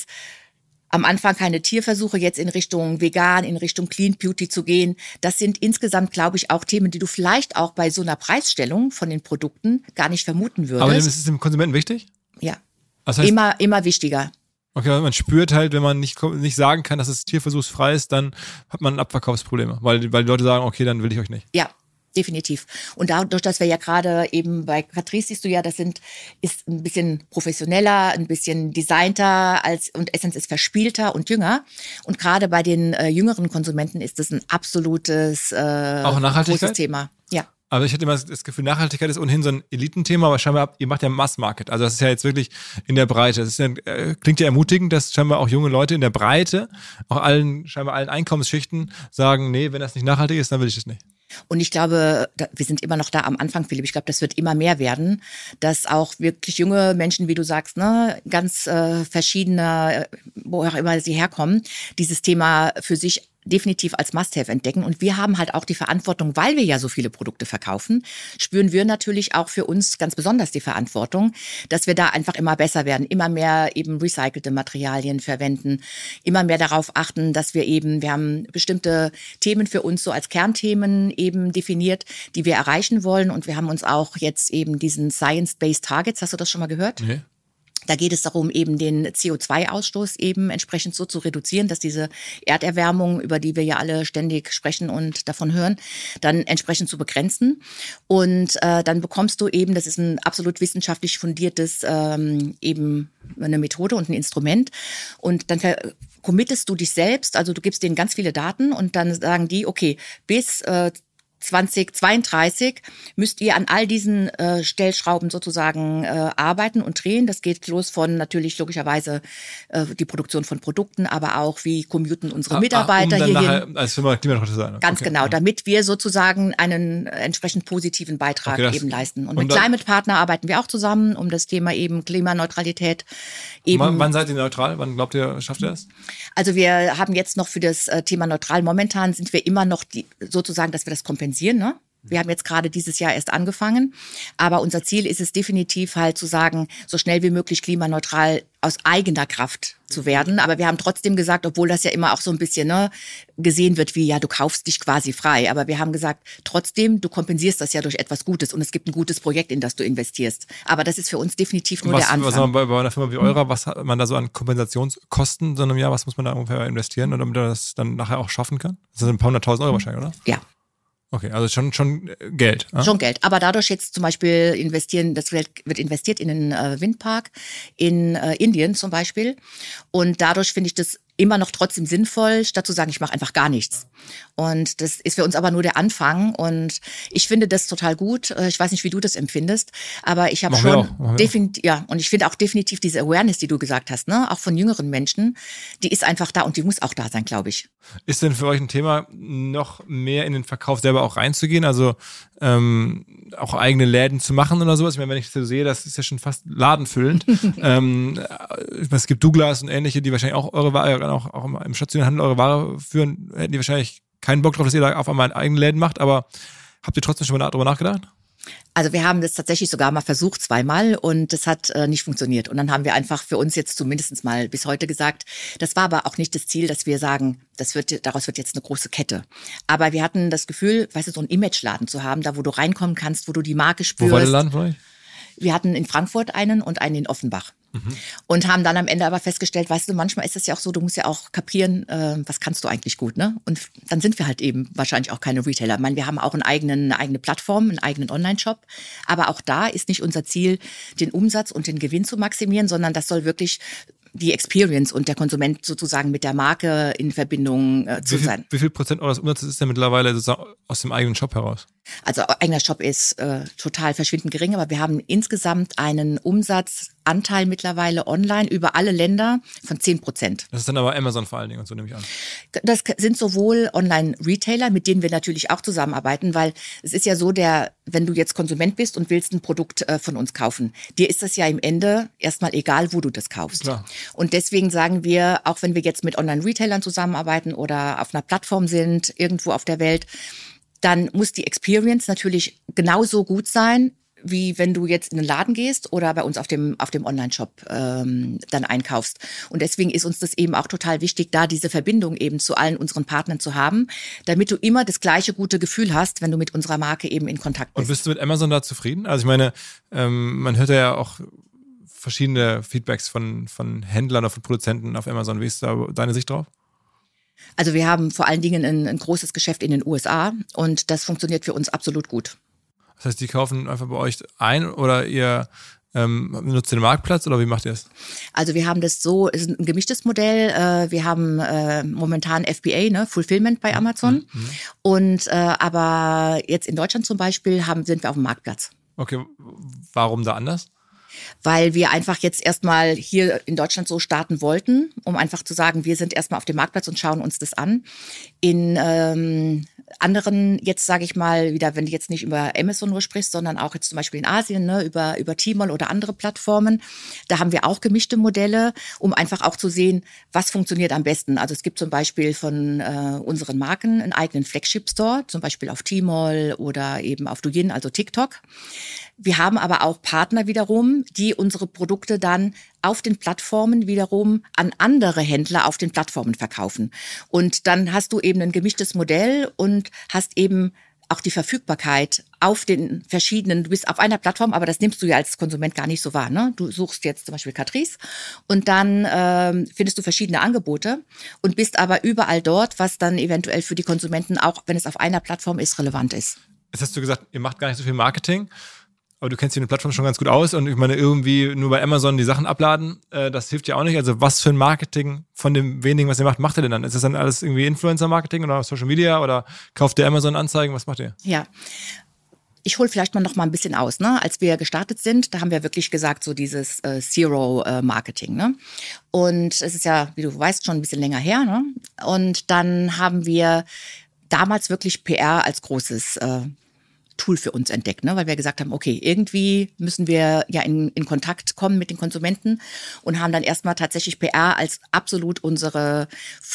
am Anfang keine Tierversuche, jetzt in Richtung vegan, in Richtung Clean Beauty zu gehen, das sind insgesamt, glaube ich, auch Themen, die du vielleicht auch bei so einer Preisstellung von den Produkten gar nicht vermuten würdest. Aber ist es dem Konsumenten wichtig? Ja, das heißt, immer wichtiger. Okay, man spürt halt, wenn man nicht sagen kann, dass es tierversuchsfrei ist, dann hat man Abverkaufsprobleme, weil die Leute sagen, okay, dann will ich euch nicht. Ja, definitiv. Und dadurch, dass wir ja gerade eben bei Catrice siehst du ja, ist ein bisschen professioneller, ein bisschen designter und Essence ist verspielter und jünger. Und gerade bei den jüngeren Konsumenten ist das ein absolutes auch Nachhaltigkeit? Großes Thema. Ja. Aber ich hatte immer das Gefühl, Nachhaltigkeit ist ohnehin so ein Elitenthema, aber scheinbar, ihr macht ja Mass-Market. Also das ist ja jetzt wirklich in der Breite. Das ist ja, klingt ja ermutigend, dass scheinbar auch junge Leute in der Breite, auch scheinbar allen Einkommensschichten sagen, nee, wenn das nicht nachhaltig ist, dann will ich das nicht. Und ich glaube, wir sind immer noch da am Anfang, Philipp. Ich glaube, das wird immer mehr werden, dass auch wirklich junge Menschen, wie du sagst, ne, ganz verschiedene, wo auch immer sie herkommen, dieses Thema für sich definitiv als Must-Have entdecken. Und wir haben halt auch die Verantwortung, weil wir ja so viele Produkte verkaufen, spüren wir natürlich auch für uns ganz besonders die Verantwortung, dass wir da einfach immer besser werden, immer mehr eben recycelte Materialien verwenden, immer mehr darauf achten, dass wir haben bestimmte Themen für uns so als Kernthemen eben definiert, die wir erreichen wollen. Und wir haben uns auch jetzt eben diesen Science-Based Targets, hast du das schon mal gehört? Nee. Da geht es darum, eben den CO2-Ausstoß eben entsprechend so zu reduzieren, dass diese Erderwärmung, über die wir ja alle ständig sprechen und davon hören, dann entsprechend zu begrenzen. Und dann bekommst du eben, das ist ein absolut wissenschaftlich fundiertes eben eine Methode und ein Instrument. Und dann committest du dich selbst, also du gibst denen ganz viele Daten und dann sagen die, okay, bis 2032 müsst ihr an all diesen Stellschrauben sozusagen arbeiten und drehen. Das geht los von natürlich logischerweise die Produktion von Produkten, aber auch wie commuten unsere Mitarbeiter hierhin. Nachher als Firma klimaneutral zu sein. Ganz genau, damit wir sozusagen einen entsprechend positiven Beitrag eben leisten. Und mit Climate Partner arbeiten wir auch zusammen, um das Thema eben Klimaneutralität eben. Wann seid ihr neutral? Wann glaubt ihr, schafft ihr das? Also wir haben jetzt noch für das Thema neutral, momentan sind wir immer noch sozusagen, dass wir das kompensieren. Ne? Wir haben jetzt gerade dieses Jahr erst angefangen, aber unser Ziel ist es definitiv halt zu sagen, so schnell wie möglich klimaneutral aus eigener Kraft zu werden. Aber wir haben trotzdem gesagt, obwohl das ja immer auch so ein bisschen gesehen wird wie, ja, du kaufst dich quasi frei. Aber wir haben gesagt, trotzdem, du kompensierst das ja durch etwas Gutes und es gibt ein gutes Projekt, in das du investierst. Aber das ist für uns definitiv nur der Anfang. Was man bei einer Firma wie eurer, was hat man da so an Kompensationskosten so einem Jahr, was muss man da ungefähr investieren, damit man das dann nachher auch schaffen kann? Das sind ein paar 100.000 Euro wahrscheinlich, oder? Ja. Okay, also schon Geld. Ja? Schon Geld. Aber dadurch jetzt zum Beispiel das wird investiert in einen Windpark in Indien zum Beispiel. Und dadurch finde ich das immer noch trotzdem sinnvoll, statt zu sagen, ich mache einfach gar nichts. Und das ist für uns aber nur der Anfang. Und ich finde das total gut. Ich weiß nicht, wie du das empfindest, aber ich habe schon definitiv, ja, und ich finde auch definitiv diese Awareness, die du gesagt hast, ne, auch von jüngeren Menschen, die ist einfach da und die muss auch da sein, glaube ich. Ist denn für euch ein Thema, noch mehr in den Verkauf selber auch reinzugehen? Also auch eigene Läden zu machen oder sowas? Ich meine, wenn ich das so sehe, das ist ja schon fast ladenfüllend. Es gibt Douglas und ähnliche, die wahrscheinlich auch eure Ware, auch im stationären Handel eure Ware führen, hätten die wahrscheinlich keinen Bock drauf, dass ihr da auf einmal eigene Läden macht, aber habt ihr trotzdem schon mal darüber nachgedacht? Also wir haben das tatsächlich sogar mal versucht, zweimal, und das hat nicht funktioniert. Und dann haben wir einfach für uns jetzt zumindest mal bis heute gesagt, das war aber auch nicht das Ziel, dass wir sagen, daraus wird jetzt eine große Kette. Aber wir hatten das Gefühl, weißt du, so einen Imageladen zu haben, da wo du reinkommen kannst, wo du die Marke spürst. Wo war der Laden von euch? Wir hatten in Frankfurt einen und einen in Offenbach. Und haben dann am Ende aber festgestellt, weißt du, manchmal ist es ja auch so, du musst ja auch kapieren, was kannst du eigentlich gut, ne? Und dann sind wir halt eben wahrscheinlich auch keine Retailer. Ich meine, wir haben auch eine eigene Plattform, einen eigenen Online-Shop. Aber auch da ist nicht unser Ziel, den Umsatz und den Gewinn zu maximieren, sondern das soll wirklich die Experience und der Konsument sozusagen mit der Marke in Verbindung zu sein. Wie viel Prozent eures Umsatzes ist denn mittlerweile sozusagen aus dem eigenen Shop heraus? Also eigener Shop ist total verschwindend gering, aber wir haben insgesamt einen Umsatzanteil mittlerweile online über alle Länder von 10%. Das ist dann aber Amazon vor allen Dingen und so nehme ich an. Das sind sowohl Online-Retailer, mit denen wir natürlich auch zusammenarbeiten, weil es ist ja so, wenn du jetzt Konsument bist und willst ein Produkt von uns kaufen, dir ist das ja im Ende erstmal egal, wo du das kaufst. Klar. Und deswegen sagen wir, auch wenn wir jetzt mit Online-Retailern zusammenarbeiten oder auf einer Plattform sind, irgendwo auf der Welt, dann muss die Experience natürlich genauso gut sein, wie wenn du jetzt in den Laden gehst oder bei uns auf dem Online-Shop dann einkaufst. Und deswegen ist uns das eben auch total wichtig, da diese Verbindung eben zu allen unseren Partnern zu haben, damit du immer das gleiche gute Gefühl hast, wenn du mit unserer Marke eben in Kontakt bist. Und bist du mit Amazon da zufrieden? Also ich meine, man hört ja auch verschiedene Feedbacks von Händlern oder von Produzenten auf Amazon. Wie ist da deine Sicht drauf? Also wir haben vor allen Dingen ein großes Geschäft in den USA und das funktioniert für uns absolut gut. Das heißt, die kaufen einfach bei euch ein oder ihr nutzt den Marktplatz oder wie macht ihr es? Also wir haben das so, es ist ein gemischtes Modell. Wir haben momentan FBA, ne, Fulfillment bei Amazon. Und aber jetzt in Deutschland zum Beispiel sind wir auf dem Marktplatz. Okay, warum da anders? Weil wir einfach jetzt erstmal hier in Deutschland so starten wollten, um einfach zu sagen, wir sind erstmal auf dem Marktplatz und schauen uns das an. In anderen, jetzt sage ich mal wieder, wenn du jetzt nicht über Amazon nur sprichst, sondern auch jetzt zum Beispiel in Asien, ne, über Tmall oder andere Plattformen, da haben wir auch gemischte Modelle, um einfach auch zu sehen, was funktioniert am besten. Also es gibt zum Beispiel von unseren Marken einen eigenen Flagship-Store, zum Beispiel auf Tmall oder eben auf Douyin, also TikTok. Wir haben aber auch Partner wiederum, die unsere Produkte dann auf den Plattformen wiederum an andere Händler auf den Plattformen verkaufen. Und dann hast du eben ein gemischtes Modell und hast eben auch die Verfügbarkeit auf den verschiedenen, du bist auf einer Plattform, aber das nimmst du ja als Konsument gar nicht so wahr. Ne? Du suchst jetzt zum Beispiel Catrice und dann findest du verschiedene Angebote und bist aber überall dort, was dann eventuell für die Konsumenten, auch wenn es auf einer Plattform ist, relevant ist. Jetzt hast du gesagt, ihr macht gar nicht so viel Marketing. Aber du kennst die Plattform schon ganz gut aus und ich meine, irgendwie nur bei Amazon die Sachen abladen, das hilft ja auch nicht. Also was für ein Marketing von dem wenigen, was ihr macht ihr denn dann? Ist das dann alles irgendwie Influencer-Marketing oder Social Media oder kauft ihr Amazon-Anzeigen? Was macht ihr? Ja, ich hole vielleicht noch mal ein bisschen aus. Ne? Als wir gestartet sind, da haben wir wirklich gesagt, so dieses Zero-Marketing. Ne? Und es ist ja, wie du weißt, schon ein bisschen länger her. Ne? Und dann haben wir damals wirklich PR als großes Tool für uns entdeckt, ne? Weil wir gesagt haben, okay, irgendwie müssen wir ja in Kontakt kommen mit den Konsumenten und haben dann erstmal tatsächlich PR als absolut unsere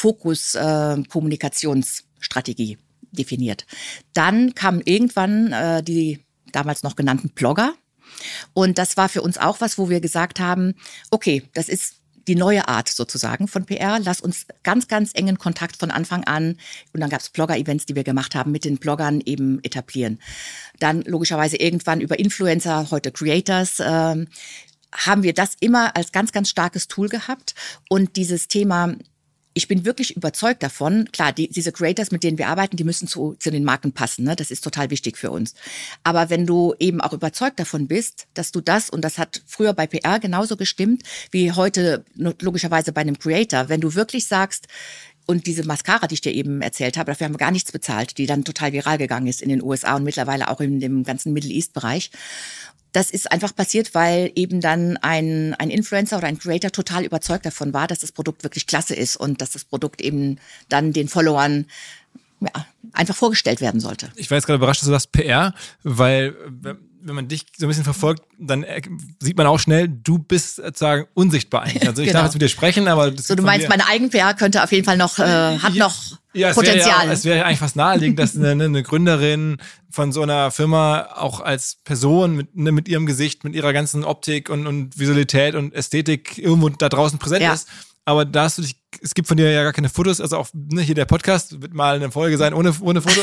Fokus-Kommunikationsstrategie definiert. Dann kamen irgendwann die damals noch genannten Blogger und das war für uns auch was, wo wir gesagt haben, okay, das ist die neue Art sozusagen von PR. Lass uns ganz, ganz engen Kontakt von Anfang an, und dann gab es Blogger-Events, die wir gemacht haben, mit den Bloggern eben etablieren. Dann logischerweise irgendwann über Influencer, heute Creators, haben wir das immer als ganz, ganz starkes Tool gehabt. Und dieses Thema, ich bin wirklich überzeugt davon, klar, diese Creators, mit denen wir arbeiten, die müssen zu den Marken passen, ne? Das ist total wichtig für uns. Aber wenn du eben auch überzeugt davon bist, dass du das, und das hat früher bei PR genauso gestimmt, wie heute logischerweise bei einem Creator, wenn du wirklich sagst, und diese Mascara, die ich dir eben erzählt habe, dafür haben wir gar nichts bezahlt, die dann total viral gegangen ist in den USA und mittlerweile auch in dem ganzen Middle East-Bereich. Das ist einfach passiert, weil eben dann ein Influencer oder ein Creator total überzeugt davon war, dass das Produkt wirklich klasse ist und dass das Produkt eben dann den Followern einfach vorgestellt werden sollte. Ich war jetzt gerade überrascht, dass du sagst PR, weil wenn man dich so ein bisschen verfolgt, dann sieht man auch schnell, du bist sozusagen unsichtbar eigentlich. Also ich darf jetzt mit dir sprechen, aber... So, du meinst, meine Eigen-PR könnte auf jeden Fall noch, hat noch Potenzial. Es wäre ja eigentlich fast naheliegend, dass eine Gründerin von so einer Firma auch als Person mit ihrem Gesicht, mit ihrer ganzen Optik und Visualität und Ästhetik irgendwo da draußen präsent ist. Aber da hast du dich, es gibt von dir ja gar keine Fotos, also auch hier der Podcast wird mal eine Folge sein ohne Foto,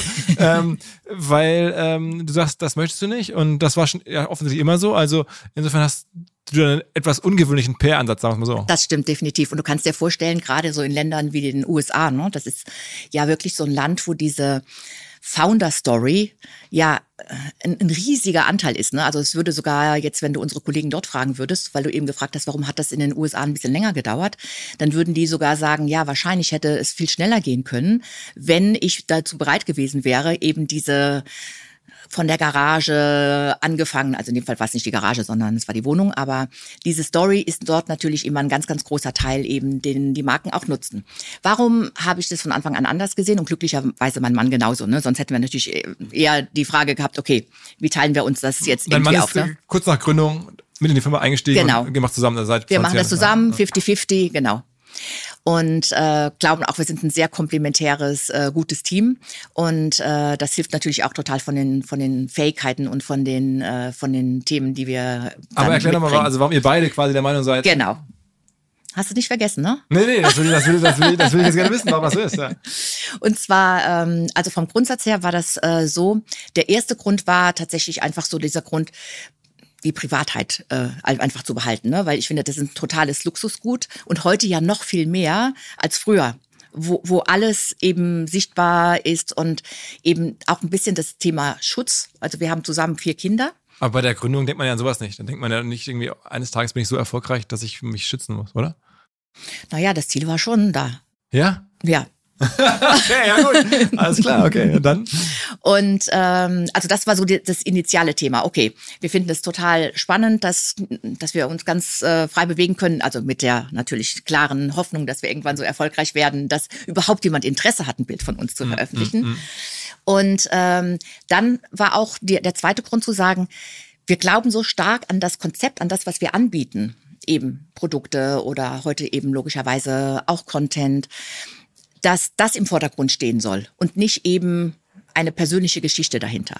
weil du sagst, das möchtest du nicht und das war schon offensichtlich immer so, also insofern hast du einen etwas ungewöhnlichen PR-Ansatz, sagen wir mal so. Das stimmt definitiv und du kannst dir vorstellen, gerade so in Ländern wie den USA, ne, das ist ja wirklich so ein Land, wo diese Founder-Story ja ein riesiger Anteil ist. Ne? Also es würde sogar jetzt, wenn du unsere Kollegen dort fragen würdest, weil du eben gefragt hast, warum hat das in den USA ein bisschen länger gedauert, dann würden die sogar sagen, ja, wahrscheinlich hätte es viel schneller gehen können, wenn ich dazu bereit gewesen wäre, eben diese von der Garage angefangen, also in dem Fall war es nicht die Garage, sondern es war die Wohnung, aber diese Story ist dort natürlich immer ein ganz, ganz großer Teil eben, den die Marken auch nutzen. Warum habe ich das von Anfang an anders gesehen und glücklicherweise mein Mann genauso, ne? Sonst hätten wir natürlich eher die Frage gehabt, okay, wie teilen wir uns das jetzt Dein irgendwie Mann auf? ist Ne? kurz nach Gründung mit in die Firma eingestiegen Genau. und gemacht zusammen seit 20 Wir machen das Jahren. zusammen, 50-50, genau. Und glauben auch, wir sind ein sehr komplementäres, gutes Team. Und das hilft natürlich auch total von den Fähigkeiten und von den Themen, die wir dann Aber erklär doch mal, mitbringen. also warum ihr beide quasi der Meinung seid. Genau. Hast du nicht vergessen, ne? Nee, das will ich jetzt gerne wissen, warum das so ist. Ja. Und zwar, also vom Grundsatz her war das so, der erste Grund war tatsächlich einfach so dieser Grund, die Privatheit einfach zu behalten, ne? Weil ich finde, das ist ein totales Luxusgut und heute ja noch viel mehr als früher, wo alles eben sichtbar ist und eben auch ein bisschen das Thema Schutz. Also wir haben zusammen 4 Kinder. Aber bei der Gründung denkt man ja an sowas nicht. Dann denkt man ja nicht irgendwie, eines Tages bin ich so erfolgreich, dass ich mich schützen muss, oder? Naja, das Ziel war schon da. Ja? Ja. Okay, ja gut. Alles klar, okay. Und dann? Und also das war so das initiale Thema. Okay, wir finden es total spannend, dass wir uns ganz frei bewegen können. Also mit der natürlich klaren Hoffnung, dass wir irgendwann so erfolgreich werden, dass überhaupt jemand Interesse hat, ein Bild von uns zu veröffentlichen. Und dann war auch der zweite Grund zu sagen, wir glauben so stark an das Konzept, an das, was wir anbieten. Eben Produkte oder heute eben logischerweise auch Content, dass das im Vordergrund stehen soll und nicht eben eine persönliche Geschichte dahinter.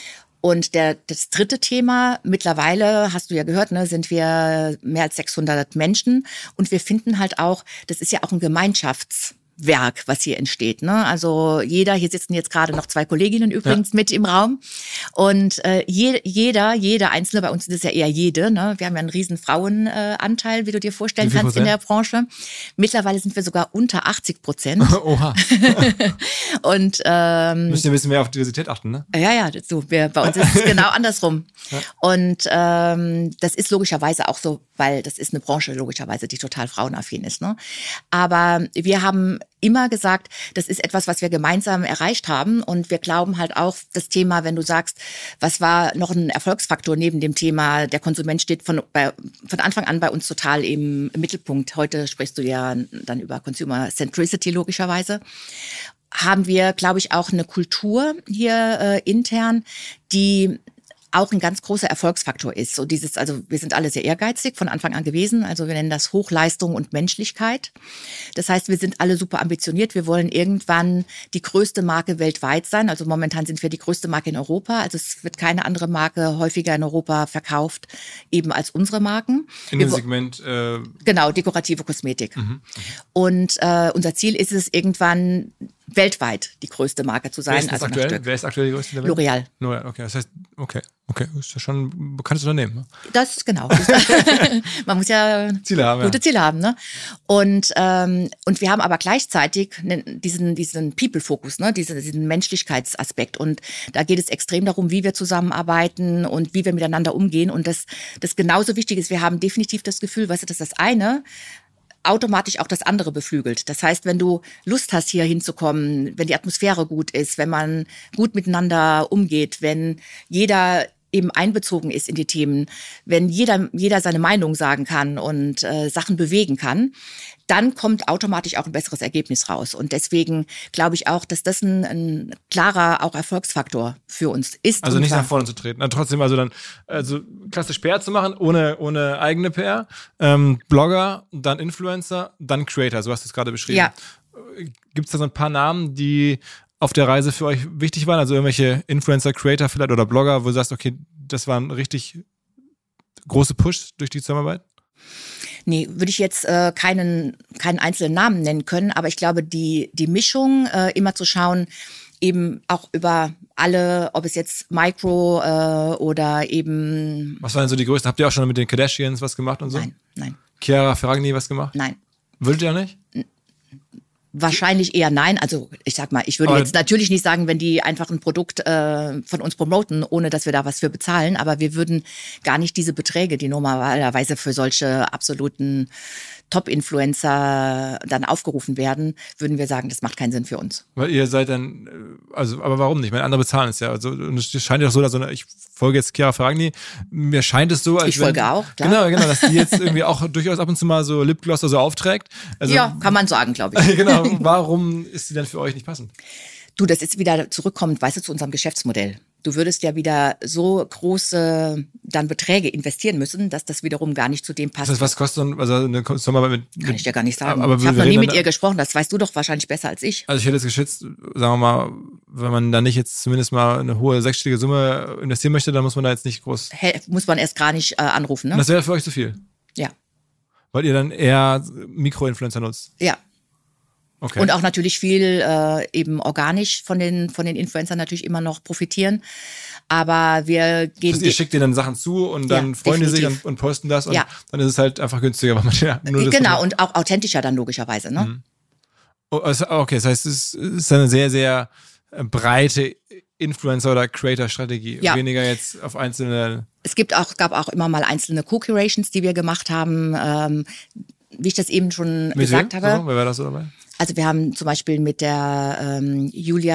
Und das dritte Thema, mittlerweile, hast du ja gehört, ne, sind wir mehr als 600 Menschen und wir finden halt auch, das ist ja auch ein Gemeinschaftswerk, was hier entsteht. Ne? Also hier sitzen jetzt gerade noch 2 Kolleginnen übrigens mit im Raum und jeder Einzelne, bei uns ist es ja eher jede, ne? Wir haben ja einen riesen Frauenanteil, wie du dir vorstellen kannst in der Branche. Mittlerweile sind wir sogar unter 80%. Oha. Und Müssen wir ein bisschen mehr auf Diversität achten, ne? Ja, so, bei uns ist es genau andersrum. Ja. Und das ist logischerweise auch so, weil das ist eine Branche logischerweise, die total frauenaffin ist. Ne? Aber wir haben immer gesagt, das ist etwas, was wir gemeinsam erreicht haben. Und wir glauben halt auch, das Thema, wenn du sagst, was war noch ein Erfolgsfaktor neben dem Thema, der Konsument steht von Anfang an bei uns total im Mittelpunkt. Heute sprichst du ja dann über Consumer Centricity logischerweise. Haben wir, glaube ich, auch eine Kultur hier intern, die auch ein ganz großer Erfolgsfaktor ist. So also wir sind alle sehr ehrgeizig von Anfang an gewesen. Also wir nennen das Hochleistung und Menschlichkeit. Das heißt, wir sind alle super ambitioniert. Wir wollen irgendwann die größte Marke weltweit sein. Also momentan sind wir die größte Marke in Europa. Also es wird keine andere Marke häufiger in Europa verkauft, eben als unsere Marken. In dem Segment? Genau, dekorative Kosmetik. Und unser Ziel ist es, irgendwann weltweit die größte Marke zu sein. Wer ist aktuell? Wer ist aktuell die größte der Welt? L'Oreal. Okay, das heißt, okay, ist ja schon ein bekanntes Unternehmen. Ne? Das ist genau. Man muss ja Ziele haben, gute Ziele haben. Ne? Und wir haben aber gleichzeitig diesen People-Fokus, ne? diesen Menschlichkeitsaspekt. Und da geht es extrem darum, wie wir zusammenarbeiten und wie wir miteinander umgehen. Und das genauso wichtig ist, wir haben definitiv das Gefühl, weißt du, dass das eine automatisch auch das andere beflügelt. Das heißt, wenn du Lust hast, hier hinzukommen, wenn die Atmosphäre gut ist, wenn man gut miteinander umgeht, wenn jeder eben einbezogen ist in die Themen, wenn jeder seine Meinung sagen kann und Sachen bewegen kann, dann kommt automatisch auch ein besseres Ergebnis raus. Und deswegen glaube ich auch, dass das ein klarer auch Erfolgsfaktor für uns ist. Also nicht nach vorne zu treten. Trotzdem also klassisch PR zu machen, ohne eigene PR. Blogger, dann Influencer, dann Creator. So hast du es gerade beschrieben. Ja. Gibt es da so ein paar Namen, die auf der Reise für euch wichtig waren? Also irgendwelche Influencer, Creator vielleicht oder Blogger, wo du sagst, okay, das war ein richtig große Push durch die Zusammenarbeit? Nee, würde ich jetzt keinen einzelnen Namen nennen können, aber ich glaube, die Mischung, immer zu schauen, eben auch über alle, ob es jetzt Micro oder eben... Was waren denn so die größten? Habt ihr auch schon mit den Kardashians was gemacht und so? Nein. Chiara Ferragni was gemacht? Nein. Würdet ihr nicht? Wahrscheinlich eher nein. Also ich sag mal, ich würde jetzt natürlich nicht sagen, wenn die einfach ein Produkt von uns promoten, ohne dass wir da was für bezahlen, aber wir würden gar nicht diese Beträge, die normalerweise für solche absoluten Top-Influencer dann aufgerufen werden, würden wir sagen, das macht keinen Sinn für uns. Weil ihr seid dann, aber warum nicht? Ich meine, andere bezahlen es ja. Also, und es scheint ja so, dass ich folge jetzt Chiara Ferragni, mir scheint es so, als ich folge auch, klar. Genau, dass die jetzt irgendwie auch durchaus ab und zu mal so Lipgloss oder so aufträgt. Also, ja, kann man sagen, glaube ich. Genau, warum ist sie denn für euch nicht passend? Du, das ist wieder zurückkommend, weißt du, zu unserem Geschäftsmodell. Du würdest ja wieder so große dann Beträge investieren müssen, dass das wiederum gar nicht zu dem passt. Das heißt, was kostet also eine Sommerarbeit mit? Kann ich dir gar nicht sagen. Aber ich habe noch nie mit ihr gesprochen, das weißt du doch wahrscheinlich besser als ich. Also ich hätte es geschätzt, sagen wir mal, wenn man da nicht jetzt zumindest mal eine hohe sechsstellige Summe investieren möchte, dann muss man da jetzt nicht groß... Muss man erst gar nicht anrufen, ne? Und das wäre für euch zu viel? Ja. Weil ihr dann eher Mikroinfluencer nutzt? Ja. Okay. Und auch natürlich viel eben organisch von den Influencern natürlich immer noch profitieren. Aber wir gehen... Also ihr schickt denen dann Sachen zu und dann freuen die sich und posten das und dann ist es halt einfach günstiger, weil man ja nur das... Genau, und auch authentischer dann logischerweise, ne? Mhm. Okay, das heißt, es ist eine sehr, sehr breite Influencer- oder Creator-Strategie. Ja. Weniger jetzt auf einzelne... Es gab auch immer mal einzelne Co-Curations, die wir gemacht haben. Wie ich das eben schon gesagt habe. So, wer war das so dabei? Also wir haben zum Beispiel mit der Julia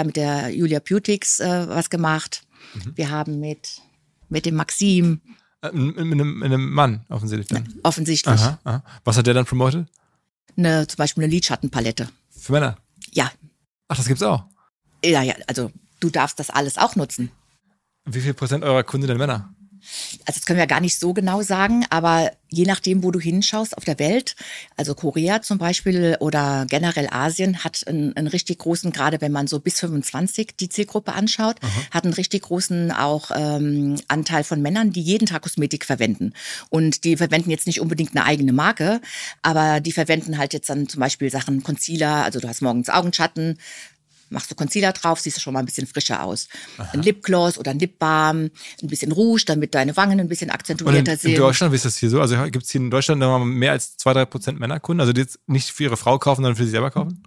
Beautix was gemacht. Mhm. Wir haben mit dem Maxim. Mit einem Mann offensichtlich dann? Offensichtlich. Aha. Was hat der dann promotet? Zum Beispiel eine Lidschattenpalette. Für Männer? Ja. Ach, das gibt's auch? Ja, also du darfst das alles auch nutzen. Wie viel % eurer Kunden denn Männer? Also das können wir gar nicht so genau sagen, aber je nachdem, wo du hinschaust auf der Welt, also Korea zum Beispiel oder generell Asien hat einen richtig großen, gerade wenn man so bis 25 die Zielgruppe anschaut, hat einen richtig großen auch Anteil von Männern, die jeden Tag Kosmetik verwenden. Und die verwenden jetzt nicht unbedingt eine eigene Marke, aber die verwenden halt jetzt dann zum Beispiel Sachen Concealer, also du hast morgens Augenschatten, machst du Concealer drauf, siehst du schon mal ein bisschen frischer aus. Aha. Ein Lipgloss oder ein Lipbalm, ein bisschen Rouge, damit deine Wangen ein bisschen akzentuierter sind. In Deutschland, wie ist das hier so? Also gibt es hier in Deutschland noch mal mehr als 2-3% Männerkunden, also die jetzt nicht für ihre Frau kaufen, sondern für sich selber kaufen?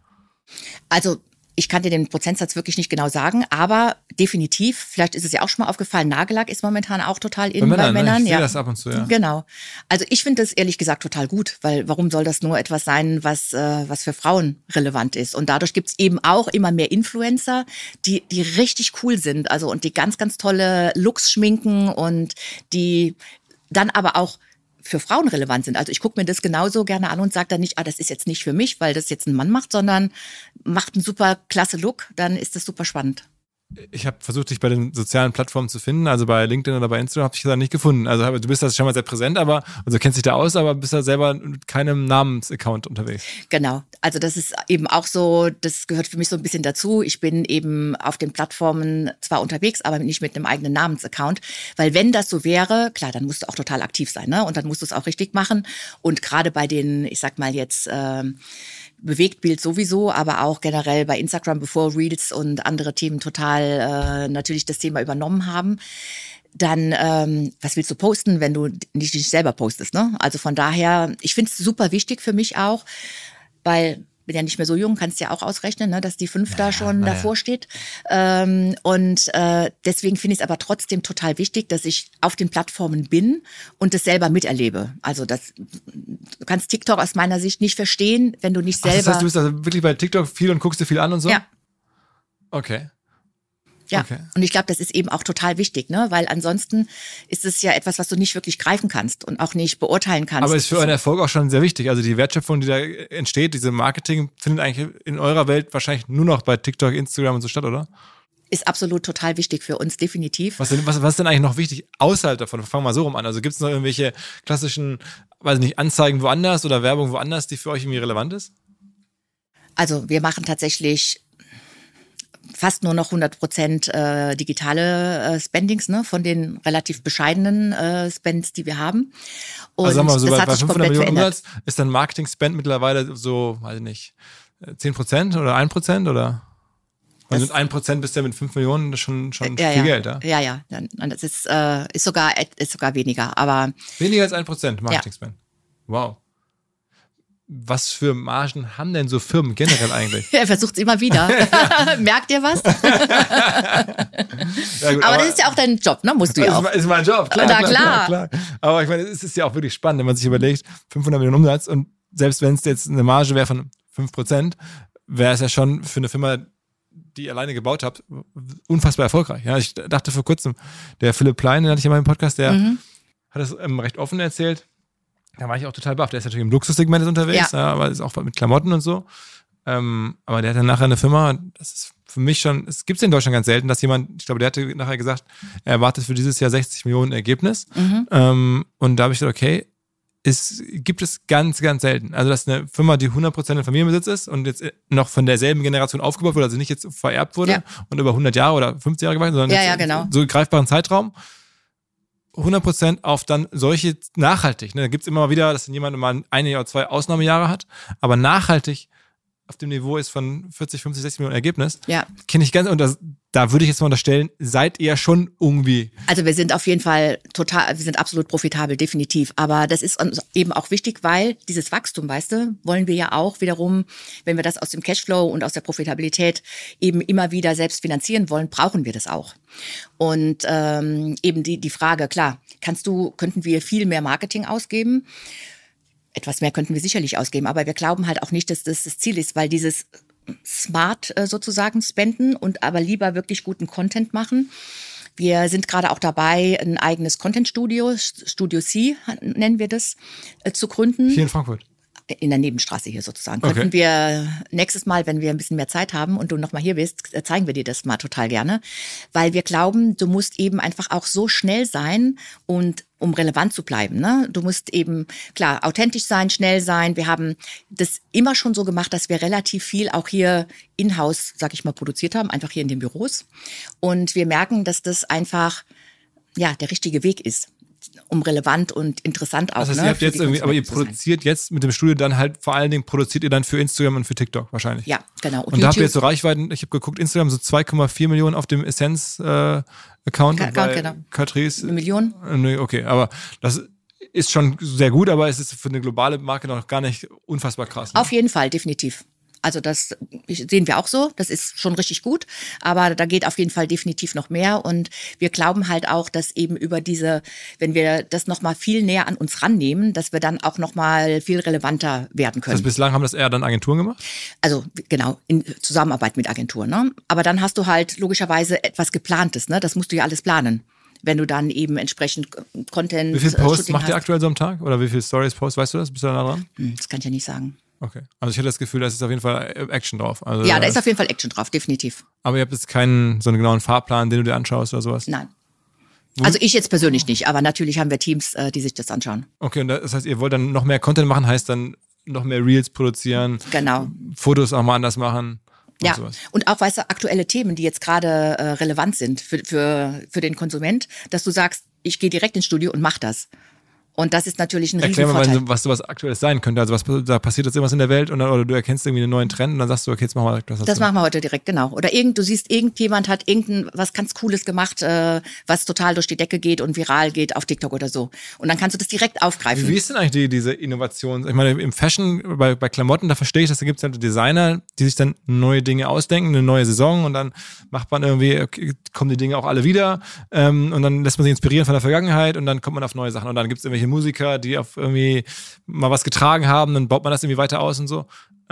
Also ich kann dir den Prozentsatz wirklich nicht genau sagen, aber definitiv, vielleicht ist es ja auch schon mal aufgefallen, Nagellack ist momentan auch total in bei Männern. Ne? Ich sehe das ab und zu, ja. Genau. Also ich finde das ehrlich gesagt total gut, weil warum soll das nur etwas sein, was für Frauen relevant ist? Und dadurch gibt's eben auch immer mehr Influencer, die richtig cool sind, also und die ganz, ganz tolle Looks schminken und die dann aber auch für Frauen relevant sind. Also ich gucke mir das genauso gerne an und sage dann nicht, das ist jetzt nicht für mich, weil das jetzt ein Mann macht, sondern macht einen super klasse Look, dann ist das super spannend. Ich habe versucht, dich bei den sozialen Plattformen zu finden, also bei LinkedIn oder bei Instagram habe ich das nicht gefunden. Also du bist da schon mal sehr präsent, also kennst dich da aus, aber bist da selber mit keinem Namensaccount unterwegs. Genau, also das ist eben auch so, das gehört für mich so ein bisschen dazu. Ich bin eben auf den Plattformen zwar unterwegs, aber nicht mit einem eigenen Namensaccount, weil wenn das so wäre, klar, dann musst du auch total aktiv sein, ne? Und dann musst du es auch richtig machen. Und gerade bei den, ich sag mal jetzt Bewegtbild sowieso, aber auch generell bei Instagram, bevor Reels und andere Themen total natürlich das Thema übernommen haben, dann was willst du posten, wenn du nicht dich selber postest, ne? Also von daher, ich finde es super wichtig für mich auch, weil bin ja nicht mehr so jung, kannst ja auch ausrechnen, ne, dass die 5 da schon davor steht. Deswegen finde ich es aber trotzdem total wichtig, dass ich auf den Plattformen bin und das selber miterlebe. Also du kannst TikTok aus meiner Sicht nicht verstehen, wenn du nicht selber... Das heißt, du bist also wirklich bei TikTok viel und guckst dir viel an und so? Ja. Okay. Ja, okay. Und ich glaube, das ist eben auch total wichtig, ne? Weil ansonsten ist es ja etwas, was du nicht wirklich greifen kannst und auch nicht beurteilen kannst. Aber ist für euren Erfolg auch schon sehr wichtig. Also die Wertschöpfung, die da entsteht, diese Marketing, findet eigentlich in eurer Welt wahrscheinlich nur noch bei TikTok, Instagram und so statt, oder? Ist absolut total wichtig für uns, definitiv. Was ist denn eigentlich noch wichtig außerhalb davon? Fangen wir mal so rum an. Also gibt es noch irgendwelche klassischen, weiß nicht, Anzeigen woanders oder Werbung woanders, die für euch irgendwie relevant ist? Also wir machen tatsächlich fast nur noch 100% digitale Spendings, ne, von den relativ bescheidenen Spends, die wir haben. Und also sagen wir mal so, das bei hat sich 500 komplett Millionen verändert. Umsatz ist dann Marketing-Spend mittlerweile so, weiß ich nicht, 10% oder 1% oder? Also mit 1% bist du ja mit 5 Millionen, das ist schon viel Geld, ja? Ja. Das ist sogar weniger, aber... Weniger als 1% Marketing-Spend. Wow. Was für Margen haben denn so Firmen generell eigentlich? Er versucht es immer wieder. Merkt ihr was? Ja, gut, aber das ist ja auch dein Job, ne? Musst du ja auch. Ist mein Job, klar. Na, klar. Aber ich meine, es ist ja auch wirklich spannend, wenn man sich überlegt, 500 Millionen Umsatz und selbst wenn es jetzt eine Marge wäre von 5%, wäre es ja schon für eine Firma, die ihr alleine gebaut habt, unfassbar erfolgreich. Ja, ich dachte vor kurzem, der Philipp Plein, den hatte ich ja mal im Podcast, der hat das recht offen erzählt. Da war ich auch total baff. Der ist natürlich im Luxussegment unterwegs, ja, aber ist auch mit Klamotten und so. Aber der hat dann nachher eine Firma, das ist für mich schon, es gibt es in Deutschland ganz selten, dass jemand, ich glaube, der hatte nachher gesagt, er erwartet für dieses Jahr 60 Millionen Ergebnis. Und da habe ich gedacht, okay, gibt es ganz, ganz selten. Also, dass eine Firma, die 100% in Familienbesitz ist und jetzt noch von derselben Generation aufgebaut wurde, also nicht jetzt vererbt wurde und über 100 Jahre oder 50 Jahre gewachsen, sondern genau. so einen greifbaren Zeitraum, 100% auf dann solche nachhaltig. Ne? Da gibt es immer mal wieder, dass jemand mal ein oder zwei Ausnahmejahre hat, aber nachhaltig auf dem Niveau ist von 40, 50, 60 Millionen Ergebnis, kenne ich ganz, und da würde ich jetzt mal unterstellen, seid ihr schon irgendwie. Also wir sind auf jeden Fall wir sind absolut profitabel, definitiv. Aber das ist uns eben auch wichtig, weil dieses Wachstum, weißt du, wollen wir ja auch wiederum, wenn wir das aus dem Cashflow und aus der Profitabilität eben immer wieder selbst finanzieren wollen, brauchen wir das auch. Und eben die Frage, klar, könnten wir viel mehr Marketing ausgeben? Etwas mehr könnten wir sicherlich ausgeben, aber wir glauben halt auch nicht, dass das Ziel ist, weil dieses smart sozusagen spenden und aber lieber wirklich guten Content machen. Wir sind gerade auch dabei, ein eigenes Content-Studio, Studio C nennen wir das, zu gründen. Hier in Frankfurt? In der Nebenstraße hier sozusagen. Okay. Könnten wir nächstes Mal, wenn wir ein bisschen mehr Zeit haben und du nochmal hier bist, zeigen wir dir das mal total gerne. Weil wir glauben, du musst eben einfach auch so schnell sein und um relevant zu bleiben. Ne? Du musst eben, klar, authentisch sein, schnell sein. Wir haben das immer schon so gemacht, dass wir relativ viel auch hier in-house, sag ich mal, produziert haben, einfach hier in den Büros. Und wir merken, dass das einfach, der richtige Weg ist, um relevant und interessant auch. Das heißt, ihr habt jetzt irgendwie, aber ihr produziert jetzt mit dem Studio dann halt, vor allen Dingen produziert ihr dann für Instagram und für TikTok wahrscheinlich. Ja, genau. Und da habt ihr jetzt so Reichweiten, ich habe geguckt, Instagram so 2,4 Millionen auf dem Essence-Account. Genau. Catrice. 1 Million. Okay, aber das ist schon sehr gut, aber es ist für eine globale Marke noch gar nicht unfassbar krass. Ne? Auf jeden Fall, definitiv. Also das sehen wir auch so, das ist schon richtig gut, aber da geht auf jeden Fall definitiv noch mehr und wir glauben halt auch, dass eben wenn wir das nochmal viel näher an uns rannehmen, dass wir dann auch nochmal viel relevanter werden können. Also bislang haben das eher dann Agenturen gemacht? Also genau, in Zusammenarbeit mit Agenturen, ne? Aber dann hast du halt logischerweise etwas Geplantes, ne? Das musst du ja alles planen. Wenn du dann eben entsprechend Content. Wie viele Posts macht ihr aktuell so am Tag? Oder wie viele Stories, Posts, weißt du das? Bist du da nah dran? Das kann ich ja nicht sagen. Okay. Also ich hatte das Gefühl, da ist auf jeden Fall Action drauf. Also, ja, da ist auf jeden Fall Action drauf, definitiv. Aber ihr habt jetzt keinen so einen genauen Fahrplan, den du dir anschaust oder sowas? Nein. Also ich jetzt persönlich nicht, aber natürlich haben wir Teams, die sich das anschauen. Okay, und das heißt, ihr wollt dann noch mehr Content machen, heißt dann noch mehr Reels produzieren, genau. Fotos auch mal anders machen. Ja, und auch, weißt du, aktuelle Themen, die jetzt gerade relevant sind für den Konsument, dass du sagst, ich gehe direkt ins Studio und mach das. Und das ist natürlich ein Riesenvorteil. Erklär mal, was sowas Aktuelles sein könnte. Also da passiert jetzt irgendwas in der Welt oder du erkennst irgendwie einen neuen Trend und dann sagst du, okay, jetzt machen wir direkt was. Das machen wir heute direkt, genau. Oder du siehst, irgendjemand hat was ganz Cooles gemacht, was total durch die Decke geht und viral geht auf TikTok oder so. Und dann kannst du das direkt aufgreifen. Wie ist denn eigentlich diese Innovation? Ich meine, im Fashion, bei Klamotten, da verstehe ich, dass da gibt es halt Designer, die sich dann neue Dinge ausdenken, eine neue Saison und dann macht man irgendwie, okay, kommen die Dinge auch alle wieder und dann lässt man sich inspirieren von der Vergangenheit und dann kommt man auf neue Sachen und dann gibt es irgendwelche Musiker, die auf irgendwie mal was getragen haben, dann baut man das irgendwie weiter aus und so.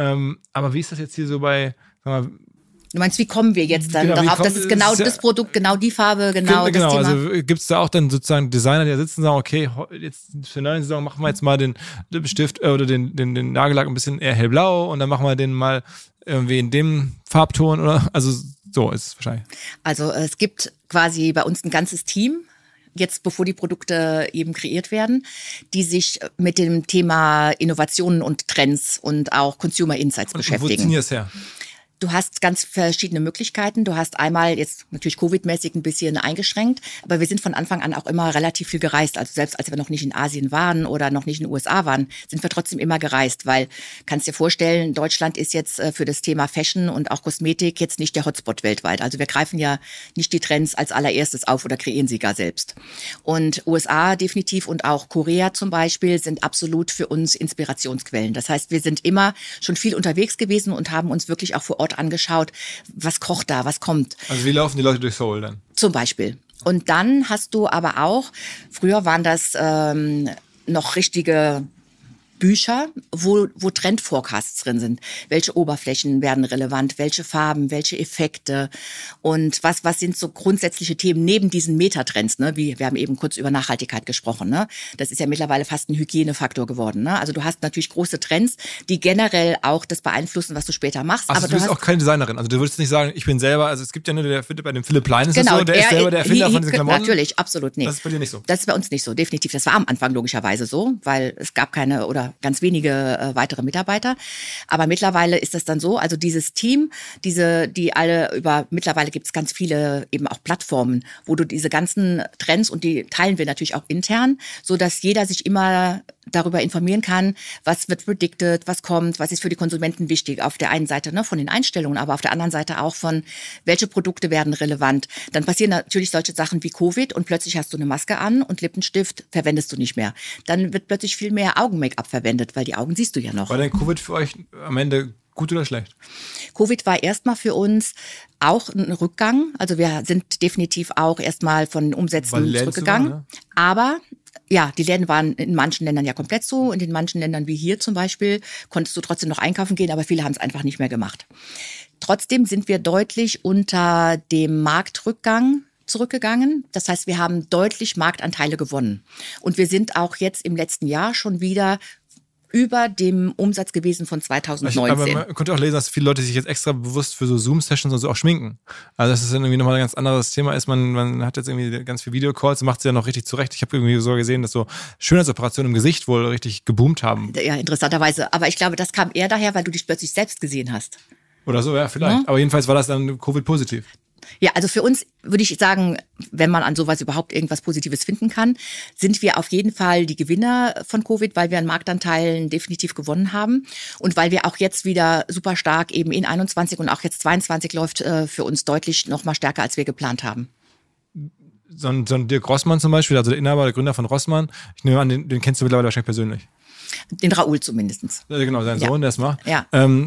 Aber wie ist das jetzt hier so bei, sag mal, du meinst, wie kommen wir jetzt dann darauf, dass es genau das Produkt, genau die Farbe, genau das Thema? Also gibt es da auch dann sozusagen Designer, die da sitzen und sagen, okay, jetzt für eine neue Saison machen wir jetzt mal den Stift oder den Nagellack ein bisschen eher hellblau und dann machen wir den mal irgendwie in dem Farbton oder, also so ist es wahrscheinlich. Also es gibt quasi bei uns ein ganzes Team, jetzt bevor die Produkte eben kreiert werden, die sich mit dem Thema Innovationen und Trends und auch Consumer Insights beschäftigen. Wo ziehen die das her? Du hast ganz verschiedene Möglichkeiten. Du hast einmal jetzt natürlich Covid-mäßig ein bisschen eingeschränkt, aber wir sind von Anfang an auch immer relativ viel gereist. Also selbst als wir noch nicht in Asien waren oder noch nicht in den USA waren, sind wir trotzdem immer gereist, weil, kannst dir vorstellen, Deutschland ist jetzt für das Thema Fashion und auch Kosmetik jetzt nicht der Hotspot weltweit. Also wir greifen ja nicht die Trends als allererstes auf oder kreieren sie gar selbst. Und USA definitiv und auch Korea zum Beispiel sind absolut für uns Inspirationsquellen. Das heißt, wir sind immer schon viel unterwegs gewesen und haben uns wirklich auch vor Ort angeschaut, was kocht da, was kommt. Also wie laufen die Leute durch Seoul dann? Zum Beispiel. Und dann hast du aber auch, früher waren das noch richtige Bücher, wo Trend-Forecasts drin sind. Welche Oberflächen werden relevant, welche Farben, welche Effekte und was sind so grundsätzliche Themen neben diesen Metatrends, ne? Wie wir haben eben kurz über Nachhaltigkeit gesprochen, ne? Das ist ja mittlerweile fast ein Hygienefaktor geworden, ne? Also du hast natürlich große Trends, die generell auch das beeinflussen, was du später machst. Also aber du bist auch keine Designerin. Also du würdest nicht sagen, ich bin selber, also es gibt ja nur, bei dem Philipp Plein ist es so, der ist selber der Erfinder von diesen Klamotten. Natürlich, absolut nicht. Das ist bei dir nicht so. Das ist bei uns nicht so, definitiv. Das war am Anfang logischerweise so, weil es gab keine oder ganz wenige weitere Mitarbeiter. Aber mittlerweile ist das dann so, also dieses Team, mittlerweile gibt es ganz viele eben auch Plattformen, wo du diese ganzen Trends und die teilen wir natürlich auch intern, so dass jeder sich immer darüber informieren kann, was wird predicted, was kommt, was ist für die Konsumenten wichtig. Auf der einen Seite von den Einstellungen, aber auf der anderen Seite auch von, welche Produkte werden relevant. Dann passieren natürlich solche Sachen wie Covid und plötzlich hast du eine Maske an und Lippenstift verwendest du nicht mehr. Dann wird plötzlich viel mehr Augen-Make-up verwendet, weil die Augen siehst du ja noch. War denn Covid für euch am Ende gut oder schlecht? Covid war erstmal für uns auch ein Rückgang. Also wir sind definitiv auch erstmal von Umsätzen zurückgegangen. Ne? Aber ja, die Läden waren in manchen Ländern ja komplett zu. In den manchen Ländern wie hier zum Beispiel konntest du trotzdem noch einkaufen gehen, aber viele haben es einfach nicht mehr gemacht. Trotzdem sind wir deutlich unter dem Marktrückgang zurückgegangen. Das heißt, wir haben deutlich Marktanteile gewonnen. Und wir sind auch jetzt im letzten Jahr schon wieder über dem Umsatz gewesen von 2019. Aber man konnte auch lesen, dass viele Leute sich jetzt extra bewusst für so Zoom-Sessions und so auch schminken. Also das ist dann irgendwie nochmal ein ganz anderes Thema ist. Man hat jetzt irgendwie ganz viel Videocalls und macht es ja noch richtig zurecht. Ich habe irgendwie so gesehen, dass so Schönheitsoperationen im Gesicht wohl richtig geboomt haben. Ja, interessanterweise. Aber ich glaube, das kam eher daher, weil du dich plötzlich selbst gesehen hast. Oder so, ja, vielleicht. Ja. Aber jedenfalls war das dann Covid-positiv. Ja, also für uns würde ich sagen, wenn man an sowas überhaupt irgendwas Positives finden kann, sind wir auf jeden Fall die Gewinner von Covid, weil wir an Marktanteilen definitiv gewonnen haben und weil wir auch jetzt wieder super stark eben in 21 und auch jetzt 22 läuft für uns deutlich noch mal stärker, als wir geplant haben. So ein Dirk Rossmann zum Beispiel, also der Inhaber, der Gründer von Rossmann, ich nehme an, den kennst du mittlerweile wahrscheinlich persönlich. Den Raoul zumindest. Genau, sein Sohn, der es macht. Ja.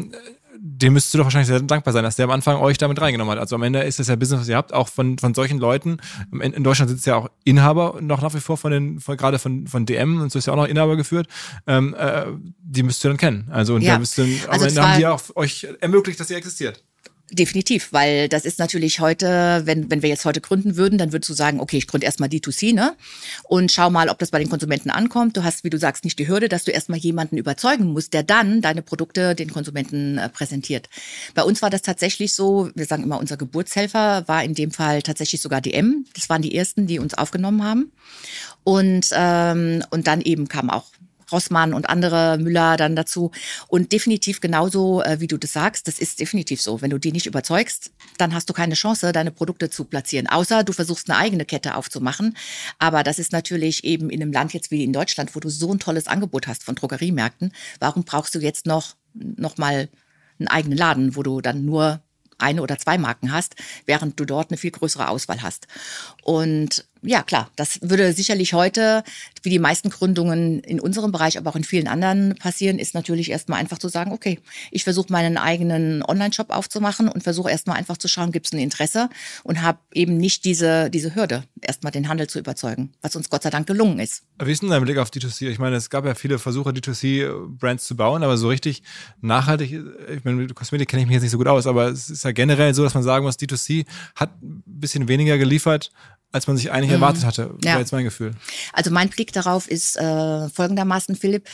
Dem müsstest du doch wahrscheinlich sehr dankbar sein, dass der am Anfang euch damit reingenommen hat. Also am Ende ist das ja Business, was ihr habt, auch von solchen Leuten. In Deutschland sind es ja auch Inhaber noch nach wie vor gerade von DM und so ist ja auch noch Inhaber geführt. Die müsst ihr dann kennen. Also und da müsst ihr, am Ende haben die auch euch ermöglicht, dass ihr existiert. Definitiv, weil das ist natürlich heute, wenn wir jetzt heute gründen würden, dann würdest du sagen, okay, ich gründe erstmal D2C, ne? Und schau mal, ob das bei den Konsumenten ankommt. Du hast, wie du sagst, nicht die Hürde, dass du erstmal jemanden überzeugen musst, der dann deine Produkte den Konsumenten präsentiert. Bei uns war das tatsächlich so, wir sagen immer, unser Geburtshelfer war in dem Fall tatsächlich sogar DM. Das waren die ersten, die uns aufgenommen haben. Und dann eben kam auch Rossmann und andere Müller dann dazu. Und definitiv genauso, wie du das sagst, das ist definitiv so. Wenn du die nicht überzeugst, dann hast du keine Chance, deine Produkte zu platzieren. Außer du versuchst eine eigene Kette aufzumachen. Aber das ist natürlich eben in einem Land jetzt wie in Deutschland, wo du so ein tolles Angebot hast von Drogeriemärkten. Warum brauchst du jetzt noch mal einen eigenen Laden, wo du dann nur eine oder zwei Marken hast, während du dort eine viel größere Auswahl hast. Und ja, klar, das würde sicherlich heute, wie die meisten Gründungen in unserem Bereich, aber auch in vielen anderen passieren, ist natürlich erstmal einfach zu sagen, okay, ich versuche meinen eigenen Online-Shop aufzumachen und versuche erstmal einfach zu schauen, gibt es ein Interesse und habe eben nicht diese Hürde, erstmal den Handel zu überzeugen, was uns Gott sei Dank gelungen ist. Wie ist denn dein Blick auf D2C? Ich meine, es gab ja viele Versuche, D2C-Brands zu bauen, aber so richtig nachhaltig, ich meine, mit Kosmetik kenne ich mich jetzt nicht so gut aus, aber es ist ja generell so, dass man sagen muss, D2C hat ein bisschen weniger geliefert, als man sich eigentlich erwartet hatte, war jetzt mein Gefühl. Also mein Blick darauf ist folgendermaßen, Philipp,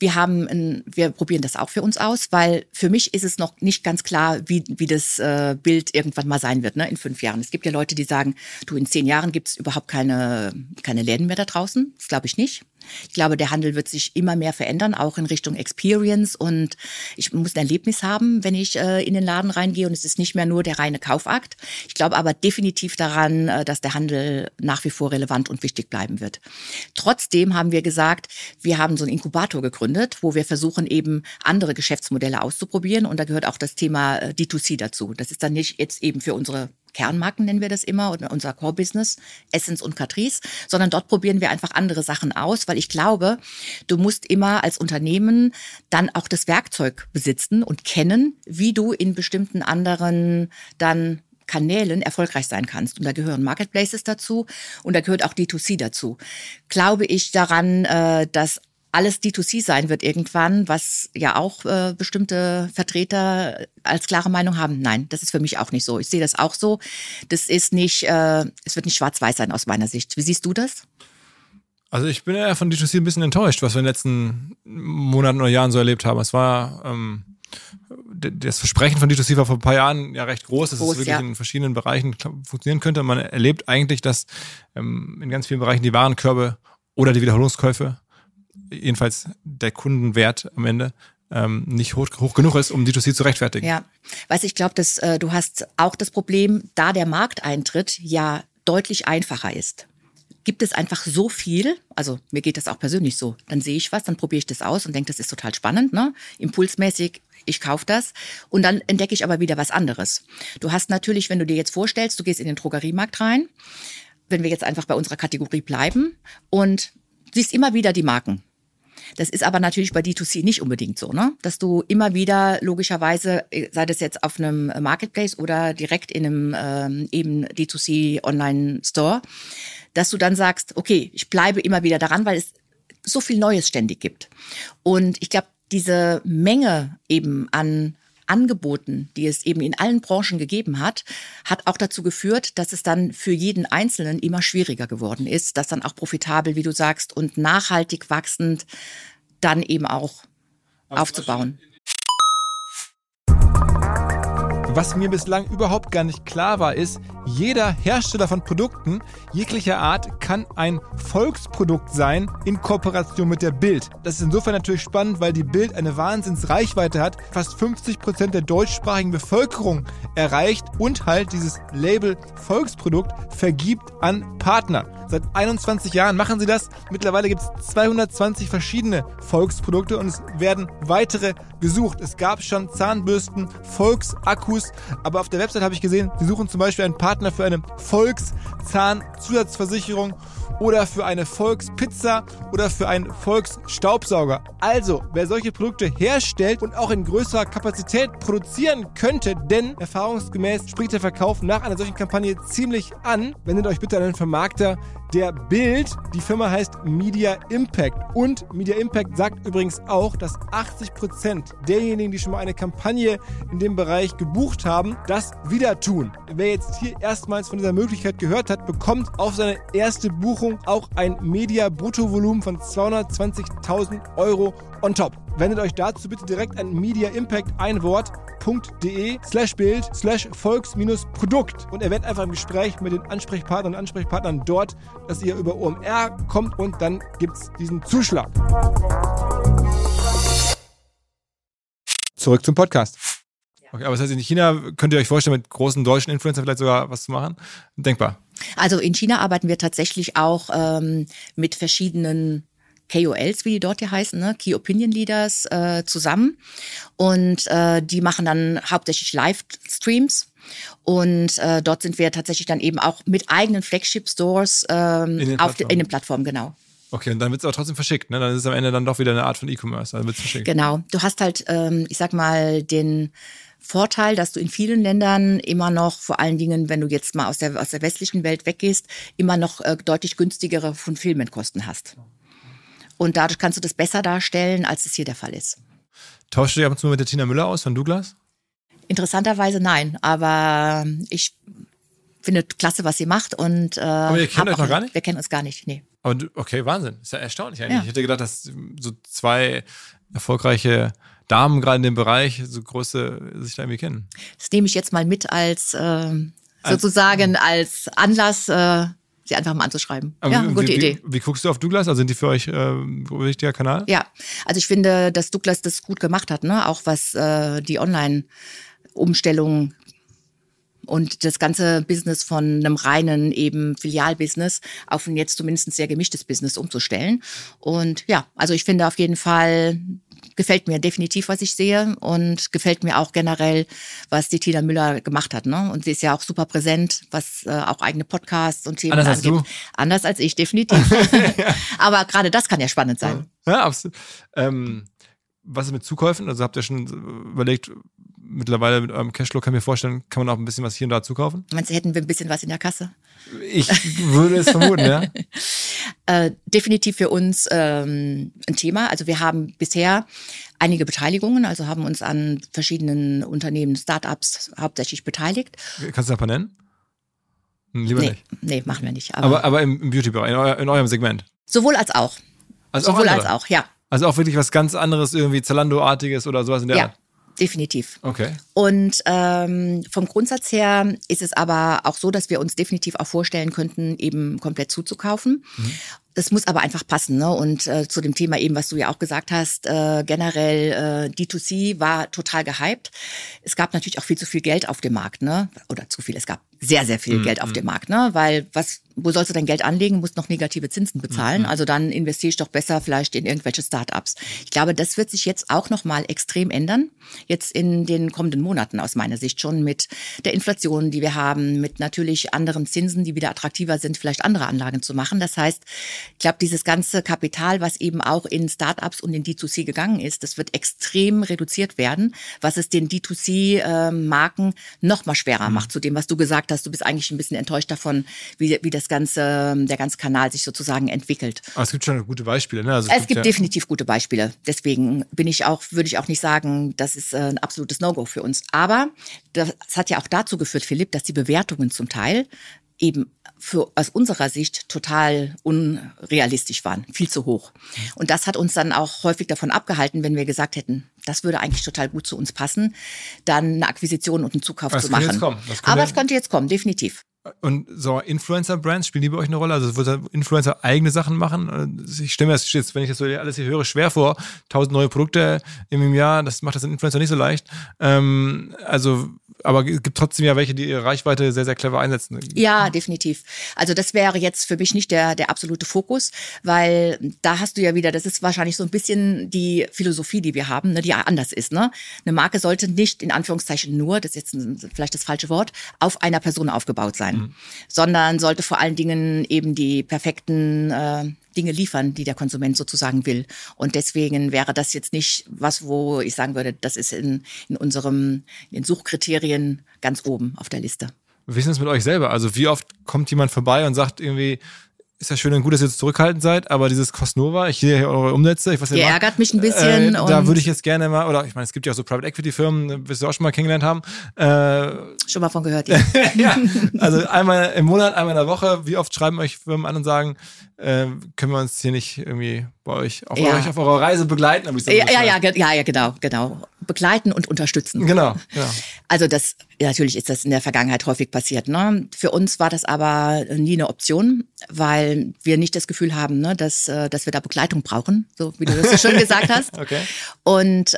wir probieren das auch für uns aus, weil für mich ist es noch nicht ganz klar, wie das Bild irgendwann mal sein wird, ne, in 5 Jahren. Es gibt ja Leute, die sagen, du, in 10 Jahren gibt es überhaupt keine Läden mehr da draußen. Das glaube ich nicht. Ich glaube, der Handel wird sich immer mehr verändern, auch in Richtung Experience und ich muss ein Erlebnis haben, wenn ich in den Laden reingehe und es ist nicht mehr nur der reine Kaufakt. Ich glaube aber definitiv daran, dass der Handel nach wie vor relevant und wichtig bleiben wird. Trotzdem haben wir gesagt, wir haben so einen Inkubator gegründet, wo wir versuchen eben andere Geschäftsmodelle auszuprobieren und da gehört auch das Thema D2C dazu. Das ist dann nicht jetzt eben für unsere Kernmarken nennen wir das immer, oder unser Core-Business, Essence und Catrice, sondern dort probieren wir einfach andere Sachen aus, weil ich glaube, du musst immer als Unternehmen dann auch das Werkzeug besitzen und kennen, wie du in bestimmten anderen dann Kanälen erfolgreich sein kannst. Und da gehören Marketplaces dazu und da gehört auch D2C dazu. Glaube ich daran, dass alles D2C sein wird irgendwann, was ja auch bestimmte Vertreter als klare Meinung haben. Nein, das ist für mich auch nicht so. Ich sehe das auch so. Das ist nicht, es wird nicht schwarz-weiß sein aus meiner Sicht. Wie siehst du das? Also ich bin ja von D2C ein bisschen enttäuscht, was wir in den letzten Monaten oder Jahren so erlebt haben. Es war, das Versprechen von D2C war vor ein paar Jahren ja recht groß, dass es wirklich in verschiedenen Bereichen funktionieren könnte. Man erlebt eigentlich, dass in ganz vielen Bereichen die Warenkörbe oder die Wiederholungskäufe, jedenfalls der Kundenwert am Ende, nicht hoch genug ist, um D2C zu rechtfertigen. Ja, ich glaube, dass du hast auch das Problem, da der Markteintritt ja deutlich einfacher ist. Gibt es einfach so viel, also mir geht das auch persönlich so, dann sehe ich was, dann probiere ich das aus und denke, das ist total spannend, ne? Impulsmäßig, ich kaufe das und dann entdecke ich aber wieder was anderes. Du hast natürlich, wenn du dir jetzt vorstellst, du gehst in den Drogeriemarkt rein, wenn wir jetzt einfach bei unserer Kategorie bleiben und siehst immer wieder die Marken. Das ist aber natürlich bei D2C nicht unbedingt so, ne? Dass du immer wieder logischerweise, sei das jetzt auf einem Marketplace oder direkt in einem eben D2C Online-Store, dass du dann sagst, okay, ich bleibe immer wieder daran, weil es so viel Neues ständig gibt. Und ich glaube, diese Menge eben an Angeboten, die es eben in allen Branchen gegeben hat, hat auch dazu geführt, dass es dann für jeden Einzelnen immer schwieriger geworden ist, das dann auch profitabel, wie du sagst, und nachhaltig wachsend dann eben auch aufzubauen. Was mir bislang überhaupt gar nicht klar war, ist, jeder Hersteller von Produkten jeglicher Art kann ein Volksprodukt sein in Kooperation mit der Bild. Das ist insofern natürlich spannend, weil die Bild eine Wahnsinnsreichweite hat, fast 50% der deutschsprachigen Bevölkerung erreicht und halt dieses Label Volksprodukt vergibt an Partner. Seit 21 Jahren machen sie das. Mittlerweile gibt es 220 verschiedene Volksprodukte und es werden weitere gesucht. Es gab schon Zahnbürsten, Volksakkus, aber auf der Website habe ich gesehen, sie suchen zum Beispiel einen Partner für eine Volkszahnzusatzversicherung oder für eine Volkspizza oder für einen Volksstaubsauger. Also, wer solche Produkte herstellt und auch in größerer Kapazität produzieren könnte, denn erfahrungsgemäß spricht der Verkauf nach einer solchen Kampagne ziemlich an, wendet euch bitte an den Vermarkter der Bild. Die Firma heißt Media Impact und Media Impact sagt übrigens auch, dass 80% derjenigen, die schon mal eine Kampagne in dem Bereich gebucht haben, das wieder tun. Wer jetzt hier erstmals von dieser Möglichkeit gehört hat, bekommt auf seine erste Buchung auch ein Media-Bruttovolumen von 220.000 € on top. Wendet euch dazu bitte direkt an Media Impact einwort.de/bild/volks-produkt und erwähnt einfach im Gespräch mit den Ansprechpartnern und Ansprechpartnern dort, dass ihr über OMR kommt und dann gibt's diesen Zuschlag. Zurück zum Podcast. Okay, aber das heißt, in China könnt ihr euch vorstellen, mit großen deutschen Influencern vielleicht sogar was zu machen? Denkbar. Also in China arbeiten wir tatsächlich auch mit verschiedenen KOLs, wie die dort hier heißen, ne? Key Opinion Leaders, zusammen. Und die machen dann hauptsächlich Livestreams. Und dort sind wir tatsächlich dann eben auch mit eigenen Flagship-Stores in den Plattformen, genau. Okay, und dann wird es aber trotzdem verschickt, ne? Dann ist es am Ende dann doch wieder eine Art von E-Commerce, dann wird es verschickt. Genau, du hast halt, ich sag mal, den Vorteil, dass du in vielen Ländern immer noch, vor allen Dingen, wenn du jetzt mal aus der westlichen Welt weggehst, immer noch deutlich günstigere Fulfillment-Kosten hast. Und dadurch kannst du das besser darstellen, als es hier der Fall ist. Tauschst du dich ab und zu mit der Tina Müller aus von Douglas? Interessanterweise nein, aber ich finde klasse, was sie macht. Und, aber ihr kennt euch noch gar nicht? Wir kennen uns gar nicht, nee. Aber okay, Wahnsinn. Ist ja erstaunlich eigentlich. Ja. Ich hätte gedacht, dass so zwei erfolgreiche Damen gerade in dem Bereich, so große, sich da irgendwie kennen. Das nehme ich jetzt mal mit als sozusagen als Anlass, sie einfach mal anzuschreiben. Ja, eine gute Idee. Wie guckst du auf Douglas? Also sind die für euch wichtiger Kanal? Ja, also ich finde, dass Douglas das gut gemacht hat, ne? Auch was die Online-Umstellung und das ganze Business von einem reinen eben Filialbusiness auf ein jetzt zumindest sehr gemischtes Business umzustellen. Und ja, also ich finde auf jeden Fall, gefällt mir definitiv, was ich sehe und gefällt mir auch generell, was die Tina Müller gemacht hat. Ne? Und sie ist ja auch super präsent, was auch eigene Podcasts und Themen angeht. Anders als du? Anders als ich, definitiv. Ja. Aber gerade das kann ja spannend sein. Ja, absolut. was ist mit Zukäufen? Also habt ihr schon überlegt, mittlerweile mit eurem Cashflow, kann ich mir vorstellen, kann man auch ein bisschen was hier und da zukaufen? Meinst du, hätten wir ein bisschen was in der Kasse? Ich würde es vermuten, ja. Definitiv für uns ein Thema. Also wir haben bisher einige Beteiligungen, also haben uns an verschiedenen Unternehmen, Startups hauptsächlich beteiligt. Kannst du da ein paar nennen? Lieber nicht. Nee, machen wir nicht. Aber im Beauty-Bereich, in eurem Segment? Sowohl als auch. Ja. Also auch wirklich was ganz anderes, irgendwie Zalando-artiges oder sowas in der Art? Definitiv. Okay. Und vom Grundsatz her ist es aber auch so, dass wir uns definitiv auch vorstellen könnten, eben komplett zuzukaufen. Das muss aber einfach passen, ne? Und zu dem Thema eben, was du ja auch gesagt hast, generell D2C war total gehypt. Es gab natürlich auch viel zu viel Geld auf dem Markt, ne? Oder zu viel, es gab sehr, sehr viel Geld auf dem Markt, ne? Weil wo sollst du dein Geld anlegen? Musst noch negative Zinsen bezahlen. Also dann investiere ich doch besser vielleicht in irgendwelche Startups. Ich glaube, das wird sich jetzt auch nochmal extrem ändern. Jetzt in den kommenden Monaten aus meiner Sicht schon mit der Inflation, die wir haben, mit natürlich anderen Zinsen, die wieder attraktiver sind, vielleicht andere Anlagen zu machen. Das heißt, ich glaube, dieses ganze Kapital, was eben auch in Startups und in D2C gegangen ist, das wird extrem reduziert werden, was es den D2C-Marken noch mal schwerer macht. Zu dem, was du gesagt hast, du bist eigentlich ein bisschen enttäuscht davon, wie der ganze Kanal sich sozusagen entwickelt. Aber es gibt schon gute Beispiele, ne? Also es gibt definitiv gute Beispiele. Deswegen würde ich auch nicht sagen, das ist ein absolutes No-Go für uns. Aber das hat ja auch dazu geführt, Philipp, dass die Bewertungen zum Teil eben aus unserer Sicht total unrealistisch waren, viel zu hoch. Und das hat uns dann auch häufig davon abgehalten, wenn wir gesagt hätten, das würde eigentlich total gut zu uns passen, dann eine Akquisition und einen Zukauf zu machen. Aber es könnte jetzt kommen, definitiv. Und so Influencer-Brands, spielen die bei euch eine Rolle? Also wird Influencer eigene Sachen machen? Ich stelle mir das jetzt, wenn ich das so alles hier höre, schwer vor. 1000 neue Produkte im Jahr, das macht das den Influencer nicht so leicht. Aber es gibt trotzdem ja welche, die ihre Reichweite sehr, sehr clever einsetzen. Ja, definitiv. Also das wäre jetzt für mich nicht der absolute Fokus, weil da hast du ja wieder, das ist wahrscheinlich so ein bisschen die Philosophie, die wir haben, ne, die ja anders ist. Ne? Eine Marke sollte nicht, in Anführungszeichen nur, das ist jetzt vielleicht das falsche Wort, auf einer Person aufgebaut sein, sondern sollte vor allen Dingen eben die perfekten Dinge liefern, die der Konsument sozusagen will. Und deswegen wäre das jetzt nicht was, wo ich sagen würde, das ist in den Suchkriterien ganz oben auf der Liste. Wie ist das mit euch selber? Also wie oft kommt jemand vorbei und sagt irgendwie, ist ja schön und gut, dass ihr jetzt zurückhaltend seid, aber dieses Cosnova, ich sehe hier eure Umsätze, ich weiß nicht. Die ärgert mich ein bisschen. Da würde ich jetzt gerne mal, oder ich meine, es gibt ja auch so Private Equity Firmen, wirst du auch schon mal kennengelernt haben. Schon mal von gehört, ja. Ja, also einmal im Monat, einmal in der Woche, wie oft schreiben euch Firmen an und sagen, können wir uns hier nicht irgendwie bei euch auf eurer Reise begleiten? Genau. Begleiten und unterstützen. Genau. Also natürlich ist das in der Vergangenheit häufig passiert. Ne? Für uns war das aber nie eine Option, weil wir nicht das Gefühl haben, ne, dass wir da Begleitung brauchen, so wie du das so schön gesagt hast. Okay. Und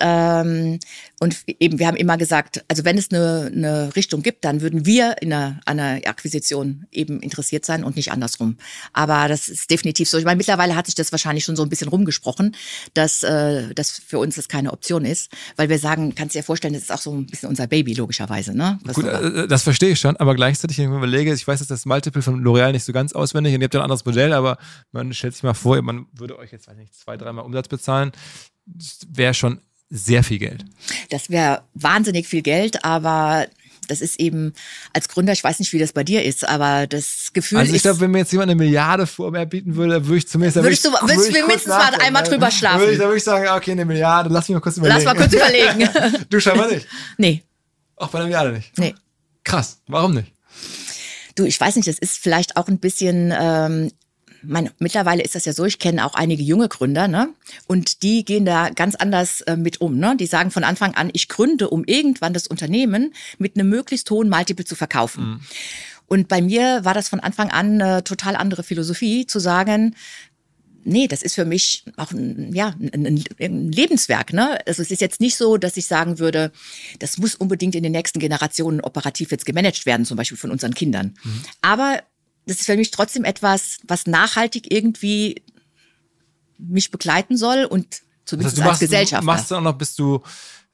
eben, wir haben immer gesagt, also wenn es eine Richtung gibt, dann würden wir an einer Akquisition eben interessiert sein und nicht andersrum. Aber das ist definitiv so. Ich meine, mittlerweile hat sich das wahrscheinlich schon so ein bisschen rumgesprochen, dass für uns das keine Option ist, weil wir sagen, kannst du dir vorstellen, das ist auch so ein bisschen unser Baby, logischerweise. Ne? Gut, das verstehe ich schon, aber gleichzeitig, wenn ich mir überlege, ich weiß, dass das Multiple von L'Oreal nicht so ganz auswendig und ihr habt ja ein anderes Modell, aber man stellt sich mal vor, man würde euch jetzt, weiß nicht, 2-3 Mal Umsatz bezahlen, das wäre schon sehr viel Geld. Das wäre wahnsinnig viel Geld, aber das ist eben als Gründer, ich weiß nicht, wie das bei dir ist, aber das Gefühl ist... Also ich glaube, wenn mir jetzt jemand 1 Milliarde vorher bieten würde, würde ich zumindest... Würdest du mindestens mal einmal drüber schlafen? Da würde ich sagen, okay, 1 Milliarde, lass mich mal kurz überlegen. Lass mal kurz überlegen. Du scheinbar nicht? Nee. Auch bei 1 Milliarde nicht? Nee. Krass, warum nicht? Du, ich weiß nicht, das ist vielleicht auch ein bisschen... mittlerweile ist das ja so, ich kenne auch einige junge Gründer, ne? Und die gehen da ganz anders mit um, ne? Die sagen von Anfang an, ich gründe, um irgendwann das Unternehmen mit einem möglichst hohen Multiple zu verkaufen. Mhm. Und bei mir war das von Anfang an eine total andere Philosophie, zu sagen, nee, das ist für mich auch ein Lebenswerk, ne? Also es ist jetzt nicht so, dass ich sagen würde, das muss unbedingt in den nächsten Generationen operativ jetzt gemanagt werden, zum Beispiel von unseren Kindern. Mhm. Aber das ist für mich trotzdem etwas, was nachhaltig irgendwie mich begleiten soll und zumindest als Gesellschafter. Machst du auch noch, bis du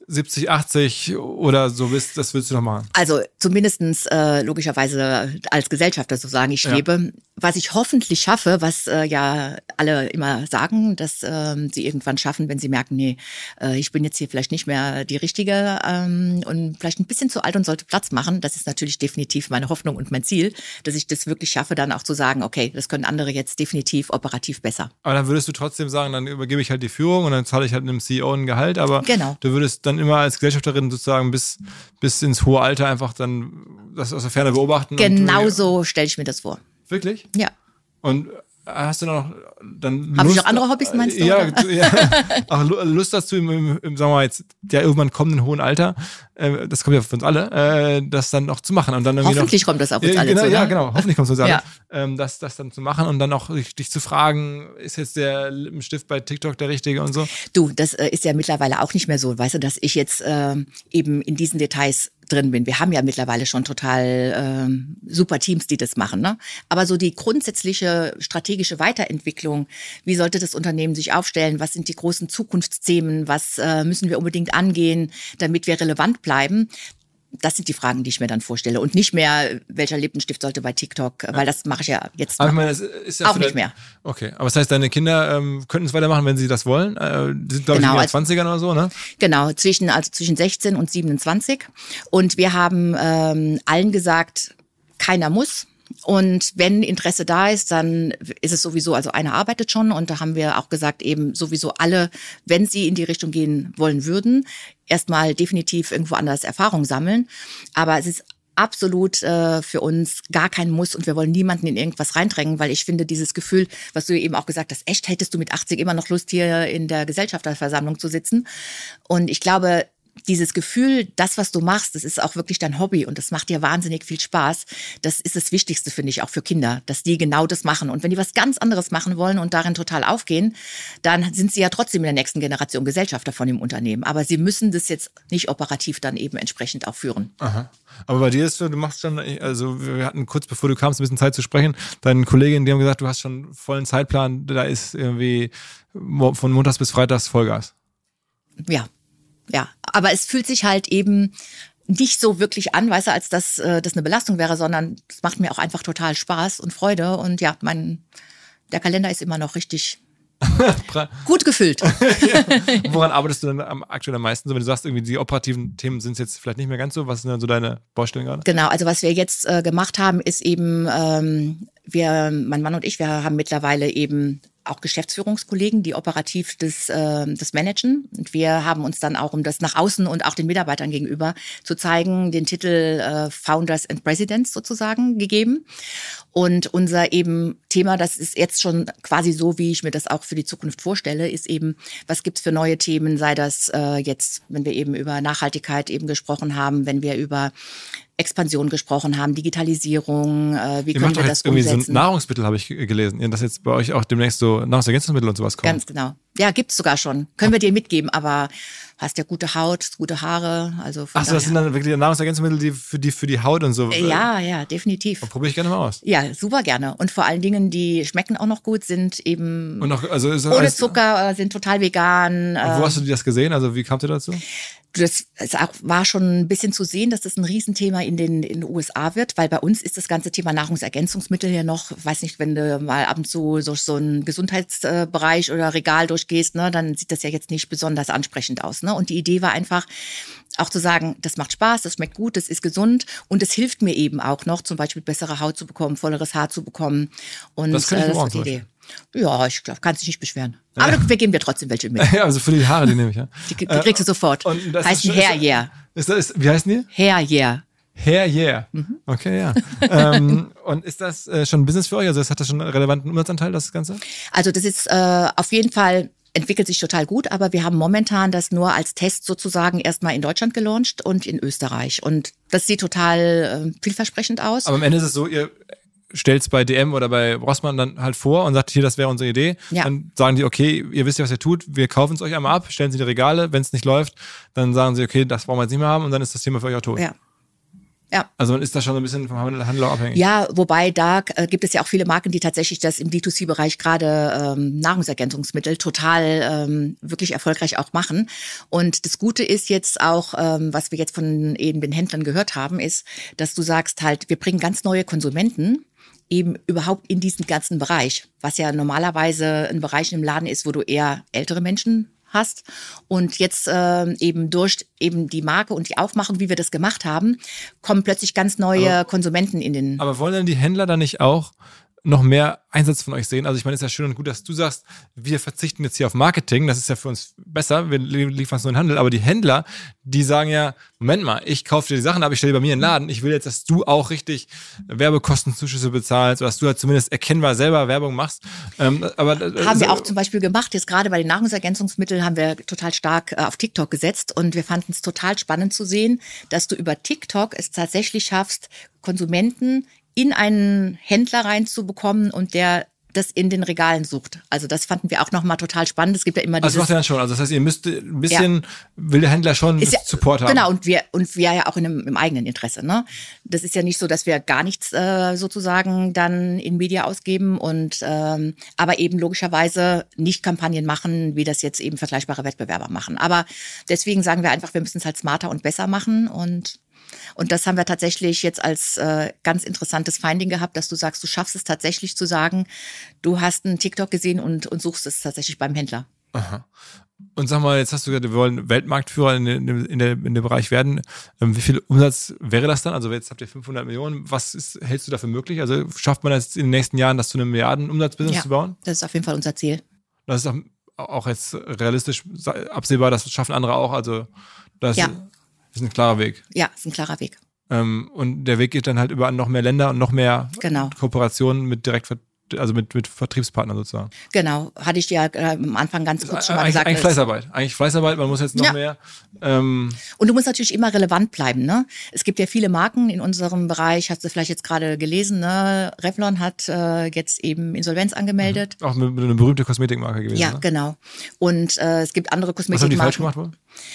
70, 80 oder so bist, das willst du noch machen? Also zumindestens logischerweise als Gesellschafter so sagen, ich schwebe. Was ich hoffentlich schaffe, was ja alle immer sagen, dass sie irgendwann schaffen, wenn sie merken, nee, ich bin jetzt hier vielleicht nicht mehr die Richtige und vielleicht ein bisschen zu alt und sollte Platz machen. Das ist natürlich definitiv meine Hoffnung und mein Ziel, dass ich das wirklich schaffe, dann auch zu sagen, okay, das können andere jetzt definitiv operativ besser. Aber dann würdest du trotzdem sagen, dann übergebe ich halt die Führung und dann zahle ich halt einem CEO ein Gehalt, aber genau. Du würdest dann immer als Gesellschafterin sozusagen bis ins hohe Alter einfach dann das aus der Ferne beobachten. Genau so stelle ich mir das vor. Wirklich? Ja. Und hast du noch dann Habe ich noch andere Hobbys, meinst du? Ja, auch Lust dazu im sagen wir mal jetzt, ja, irgendwann kommenden hohen Alter, das kommt ja für uns alle, das dann noch zu machen. Und dann irgendwie hoffentlich kommt das auf uns alle genau, zu. Ja, genau, hoffentlich kommt es uns alle. Ja. Das dann zu machen und dann auch dich zu fragen, ist jetzt der Lippenstift bei TikTok der richtige und so? Du, das ist ja mittlerweile auch nicht mehr so, weißt du, dass ich jetzt eben in diesen Details drin bin. Wir haben ja mittlerweile schon total super Teams, die das machen, ne? Aber so die grundsätzliche strategische Weiterentwicklung, wie sollte das Unternehmen sich aufstellen, was sind die großen Zukunftsthemen, was müssen wir unbedingt angehen, damit wir relevant bleiben, das sind die Fragen, die ich mir dann vorstelle und nicht mehr, welcher Lippenstift sollte bei TikTok, weil das mache ich ja jetzt aber ich meine, das ist ja auch nicht mehr. Okay, aber das heißt, deine Kinder könnten es weitermachen, wenn sie das wollen? Die sind, glaube ich, in den 20ern oder so, ne? Genau, zwischen 16 und 27. Und wir haben allen gesagt, keiner muss. Und wenn Interesse da ist, dann ist es sowieso, also einer arbeitet schon und da haben wir auch gesagt, eben sowieso alle, wenn sie in die Richtung gehen wollen würden, erstmal definitiv irgendwo anders Erfahrung sammeln. Aber es ist absolut für uns gar kein Muss und wir wollen niemanden in irgendwas reindrängen, weil ich finde dieses Gefühl, was du eben auch gesagt hast, echt, hättest du mit 80 immer noch Lust, hier in der Gesellschafterversammlung zu sitzen? Und ich glaube, dieses Gefühl, das, was du machst, das ist auch wirklich dein Hobby und das macht dir wahnsinnig viel Spaß. Das ist das Wichtigste, finde ich, auch für Kinder, dass die genau das machen. Und wenn die was ganz anderes machen wollen und darin total aufgehen, dann sind sie ja trotzdem in der nächsten Generation Gesellschafter von dem Unternehmen. Aber sie müssen das jetzt nicht operativ dann eben entsprechend auch führen. Aha. Aber bei dir ist so, du machst schon, also wir hatten kurz bevor du kamst ein bisschen Zeit zu sprechen, deine Kolleginnen, die haben gesagt, du hast schon einen vollen Zeitplan, da ist irgendwie von Montags bis Freitags Vollgas. Ja, aber es fühlt sich halt eben nicht so wirklich an, weißt du, als dass das eine Belastung wäre, sondern es macht mir auch einfach total Spaß und Freude und ja, der Kalender ist immer noch richtig gut gefüllt. Ja. Woran arbeitest du dann aktuell am meisten? So, wenn du sagst, irgendwie die operativen Themen sind jetzt vielleicht nicht mehr ganz so, was sind dann so deine Baustellen gerade? Genau, also was wir jetzt gemacht haben, ist eben, mein Mann und ich, wir haben mittlerweile eben auch Geschäftsführungskollegen, die operativ das managen. Und wir haben uns dann auch, um das nach außen und auch den Mitarbeitern gegenüber zu zeigen, den Titel Founders and Presidents sozusagen gegeben. Und unser eben Thema, das ist jetzt schon quasi so, wie ich mir das auch für die Zukunft vorstelle, ist eben, was gibt's für neue Themen, sei das jetzt, wenn wir eben über Nachhaltigkeit eben gesprochen haben, wenn wir über Expansion gesprochen haben, Digitalisierung, wie können wir das umsetzen? Irgendwie so Nahrungsmittel habe ich gelesen, dass jetzt bei euch auch demnächst so Nahrungsergänzungsmittel und sowas kommen. Ganz genau. Ja, gibt's sogar schon. Können wir dir mitgeben, aber hast ja gute Haut, gute Haare, also von Ach so, das sind dann wirklich Nahrungsergänzungsmittel, die für die Haut und so. Ja, definitiv. Probiere ich gerne mal aus. Ja, super gerne. Und vor allen Dingen, die schmecken auch noch gut, sind eben und noch, also ohne Zucker, sind total vegan. Und wo hast du das gesehen? Also wie kamst du dazu? Es war schon ein bisschen zu sehen, dass das ein Riesenthema in den USA wird, weil bei uns ist das ganze Thema Nahrungsergänzungsmittel ja noch, weiß nicht, wenn du mal ab und zu durch so einen Gesundheitsbereich oder Regal durchgehst, ne, dann sieht das ja jetzt nicht besonders ansprechend aus. Ne? Und die Idee war einfach, auch zu sagen, das macht Spaß, das schmeckt gut, das ist gesund und es hilft mir eben auch noch, zum Beispiel bessere Haut zu bekommen, volleres Haar zu bekommen. Und das ist die Idee. Ja, ich glaube, kannst dich nicht beschweren. Aber wir geben dir trotzdem welche mit. Ja, also für die Haare, die nehme ich, ja. Die kriegst du sofort. Und das heißen Hair Yeah. Wie heißen die? Hair Yeah. Hair Yeah. Okay, ja. Und ist das schon ein Business für euch? Also hat das schon einen relevanten Umsatzanteil, das Ganze? Also das ist auf jeden Fall, entwickelt sich total gut, aber wir haben momentan das nur als Test sozusagen erstmal in Deutschland gelauncht und in Österreich. Und das sieht total vielversprechend aus. Aber am Ende ist es so, ihr stellt's bei DM oder bei Rossmann dann halt vor und sagt, hier, das wäre unsere Idee. Ja. Dann sagen die, okay, ihr wisst ja, was ihr tut, wir kaufen es euch einmal ab, stellen sie in die Regale, wenn es nicht läuft, dann sagen sie, okay, das wollen wir jetzt nicht mehr haben und dann ist das Thema für euch auch tot. Ja. Ja. Also man ist da schon so ein bisschen vom Handel auch abhängig. Ja, wobei da gibt es ja auch viele Marken, die tatsächlich das im D2C-Bereich gerade Nahrungsergänzungsmittel total wirklich erfolgreich auch machen. Und das Gute ist jetzt auch, was wir jetzt von eben den Händlern gehört haben, ist, dass du sagst halt, wir bringen ganz neue Konsumenten eben überhaupt in diesen ganzen Bereich, was ja normalerweise ein Bereich im Laden ist, wo du eher ältere Menschen hast und jetzt eben durch eben die Marke und die Aufmachung, wie wir das gemacht haben, kommen plötzlich ganz neue Konsumenten in den... Aber wollen denn die Händler dann nicht auch noch mehr Einsatz von euch sehen? Also ich meine, es ist ja schön und gut, dass du sagst, wir verzichten jetzt hier auf Marketing, das ist ja für uns besser, wir liefern es nur in den Handel, aber die Händler, die sagen ja, Moment mal, ich kaufe dir die Sachen ab, ich stelle die bei mir in den Laden, ich will jetzt, dass du auch richtig Werbekostenzuschüsse bezahlst oder dass du halt zumindest erkennbar selber Werbung machst. Aber haben wir auch zum Beispiel gemacht, jetzt gerade bei den Nahrungsergänzungsmitteln haben wir total stark auf TikTok gesetzt und wir fanden es total spannend zu sehen, dass du über TikTok es tatsächlich schaffst, Konsumenten in einen Händler reinzubekommen und der das in den Regalen sucht. Also das fanden wir auch nochmal total spannend. Es gibt ja immer dieses... Also das macht ihr dann schon. Also das heißt, ihr müsst ein bisschen, will der Händler schon Support haben. Genau, und wir ja auch im eigenen Interesse. Ne? Das ist ja nicht so, dass wir gar nichts sozusagen dann in Media ausgeben und aber eben logischerweise nicht Kampagnen machen, wie das jetzt eben vergleichbare Wettbewerber machen. Aber deswegen sagen wir einfach, wir müssen es halt smarter und besser machen und das haben wir tatsächlich jetzt als ganz interessantes Finding gehabt, dass du sagst, du schaffst es tatsächlich zu sagen, du hast einen TikTok gesehen und suchst es tatsächlich beim Händler. Aha. Und sag mal, jetzt hast du gesagt, wir wollen Weltmarktführer in dem Bereich werden. Wie viel Umsatz wäre das dann? Also jetzt habt ihr 500 Millionen. Was hältst du dafür möglich? Also schafft man das in den nächsten Jahren, das zu einem Milliarden-Umsatzbusiness zu bauen? Das ist auf jeden Fall unser Ziel. Das ist auch jetzt realistisch absehbar, das schaffen andere auch. Also das ist ein klarer Weg. Ja, ist ein klarer Weg. Und der Weg geht dann halt über noch mehr Länder und noch mehr Kooperationen mit mit Vertriebspartnern sozusagen. Genau, hatte ich dir am Anfang ganz kurz schon mal gesagt. Eigentlich Fleißarbeit, man muss jetzt noch mehr. Und du musst natürlich immer relevant bleiben, ne? Es gibt ja viele Marken in unserem Bereich, hast du vielleicht jetzt gerade gelesen, ne? Revlon hat jetzt eben Insolvenz angemeldet. Auch mit einer berühmte Kosmetikmarke gewesen. Ja, genau. Und es gibt andere Kosmetikmarken. Was haben die falsch gemacht worden?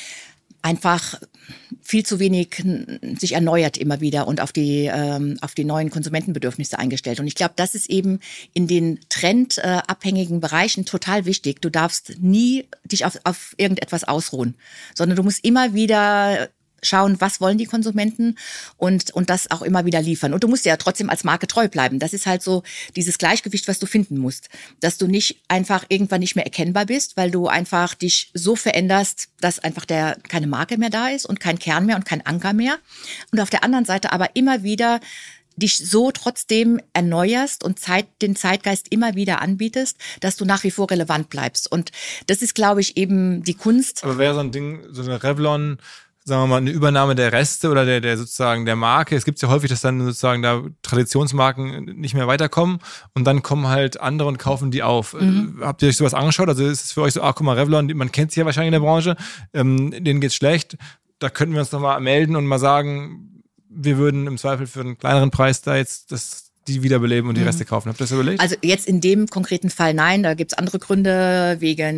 Einfach viel zu wenig sich erneuert immer wieder und auf die neuen Konsumentenbedürfnisse eingestellt. Und ich glaube, das ist eben in den trendabhängigen Bereichen total wichtig. Du darfst nie dich auf irgendetwas ausruhen, sondern du musst immer wieder schauen, was wollen die Konsumenten und das auch immer wieder liefern. Und du musst ja trotzdem als Marke treu bleiben. Das ist halt so dieses Gleichgewicht, was du finden musst. Dass du nicht einfach irgendwann nicht mehr erkennbar bist, weil du einfach dich so veränderst, dass einfach keine Marke mehr da ist und kein Kern mehr und kein Anker mehr. Und auf der anderen Seite aber immer wieder dich so trotzdem erneuerst und den Zeitgeist immer wieder anbietest, dass du nach wie vor relevant bleibst. Und das ist, glaube ich, eben die Kunst. Aber wäre so ein Ding, so eine Revlon, sagen wir mal, eine Übernahme der Reste oder der sozusagen der Marke. Es gibt ja häufig, dass dann sozusagen da Traditionsmarken nicht mehr weiterkommen und dann kommen halt andere und kaufen die auf. Habt ihr euch sowas angeschaut? Also ist es für euch so, guck mal, Revlon, man kennt sie ja wahrscheinlich in der Branche, denen geht's schlecht. Da könnten wir uns nochmal melden und mal sagen, wir würden im Zweifel für einen kleineren Preis da jetzt die wiederbeleben und die Reste kaufen. Habt ihr das überlegt? Also jetzt in dem konkreten Fall nein, da gibt's andere Gründe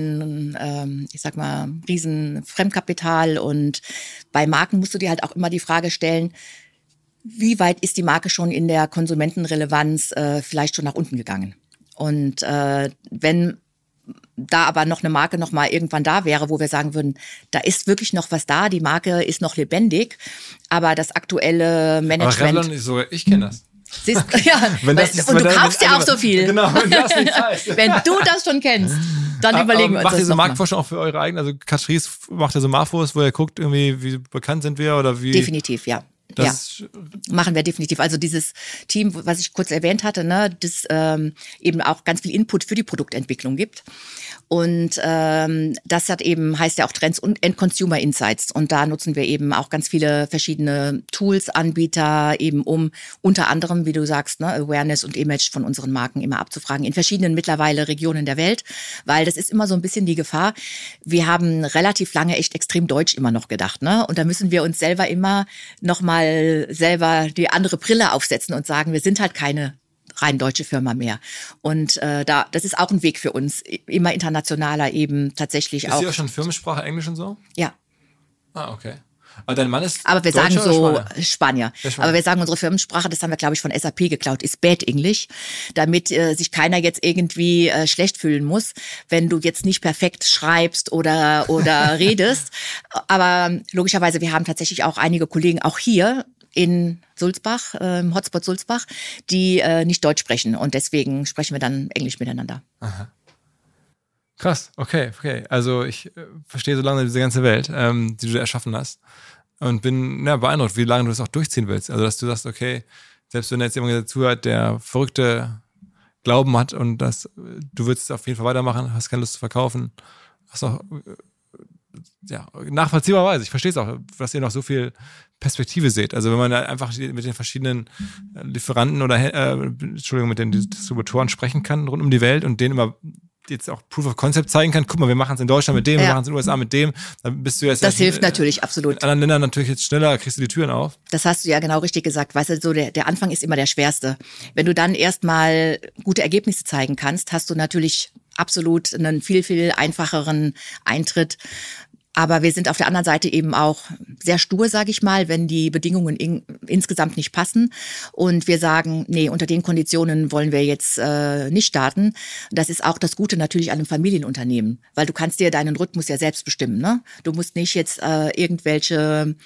wegen, ich sag mal, riesen Fremdkapital und bei Marken musst du dir halt auch immer die Frage stellen, wie weit ist die Marke schon in der Konsumentenrelevanz vielleicht schon nach unten gegangen? Und wenn da aber noch eine Marke noch mal irgendwann da wäre, wo wir sagen würden, da ist wirklich noch was da, die Marke ist noch lebendig, aber das aktuelle Management... Aber Revlon ist sogar, ich kenne das. Siehst, ja, und du kaufst ja auch so viel. Genau, wenn das nicht heißt. Wenn du das schon kennst, dann überlegen wir uns das. Macht ihr so Marktforschung auch für eure eigenen? Also Catrice macht ja so Marfos, wo ihr guckt, irgendwie, wie bekannt sind wir oder wie? Definitiv, ja. Machen wir definitiv. Also dieses Team, was ich kurz erwähnt hatte, ne, das eben auch ganz viel Input für die Produktentwicklung gibt. Und das heißt ja auch Trends und Consumer Insights. Und da nutzen wir eben auch ganz viele verschiedene Tools, Anbieter, eben um unter anderem, wie du sagst, ne, Awareness und Image von unseren Marken immer abzufragen in verschiedenen mittlerweile Regionen der Welt. Weil das ist immer so ein bisschen die Gefahr. Wir haben relativ lange echt extrem deutsch immer noch gedacht, ne? Und da müssen wir uns selber immer nochmal selber die andere Brille aufsetzen und sagen, wir sind halt keine rein deutsche Firma mehr. Und das ist auch ein Weg für uns, immer internationaler eben tatsächlich auch. Ist die auch schon Firmensprache Englisch und so? Ja. Ah, okay. Aber dein Mann ist Aber wir Deutscher sagen so oder Spanier. Aber wir sagen, unsere Firmensprache, das haben wir, glaube ich, von SAP geklaut, ist Bad English, damit sich keiner jetzt irgendwie schlecht fühlen muss, wenn du jetzt nicht perfekt schreibst oder redest. Aber logischerweise, wir haben tatsächlich auch einige Kollegen, auch hier in Sulzbach, im Hotspot Sulzbach, die nicht Deutsch sprechen. Und deswegen sprechen wir dann Englisch miteinander. Aha. Krass, okay. Also ich verstehe so lange diese ganze Welt, die du erschaffen hast und bin beeindruckt, wie lange du das auch durchziehen willst. Also dass du sagst, okay, selbst wenn jetzt jemand zuhört, der verrückte Glauben hat und du willst es auf jeden Fall weitermachen, hast keine Lust zu verkaufen, hast auch nachvollziehbarweise, ich verstehe es auch, dass ihr noch so viel Perspektive seht. Also wenn man da einfach mit den verschiedenen Lieferanten oder mit den Distributoren sprechen kann rund um die Welt und denen immer jetzt auch Proof of Concept zeigen kann, guck mal, wir machen es in Deutschland mit dem, wir machen es in den USA mit dem, dann bist du jetzt... Das hilft natürlich, absolut. In anderen Ländern natürlich jetzt schneller, kriegst du die Türen auf. Das hast du ja genau richtig gesagt. Weißt du, so der Anfang ist immer der schwerste. Wenn du dann erstmal gute Ergebnisse zeigen kannst, hast du natürlich absolut einen viel, viel einfacheren Eintritt. Aber wir sind auf der anderen Seite eben auch sehr stur, sage ich mal, wenn die Bedingungen insgesamt nicht passen und wir sagen, nee, unter den Konditionen wollen wir jetzt nicht starten. Das ist auch das Gute natürlich an einem Familienunternehmen, weil du kannst dir deinen Rhythmus ja selbst bestimmen, ne? Du musst nicht jetzt irgendwelche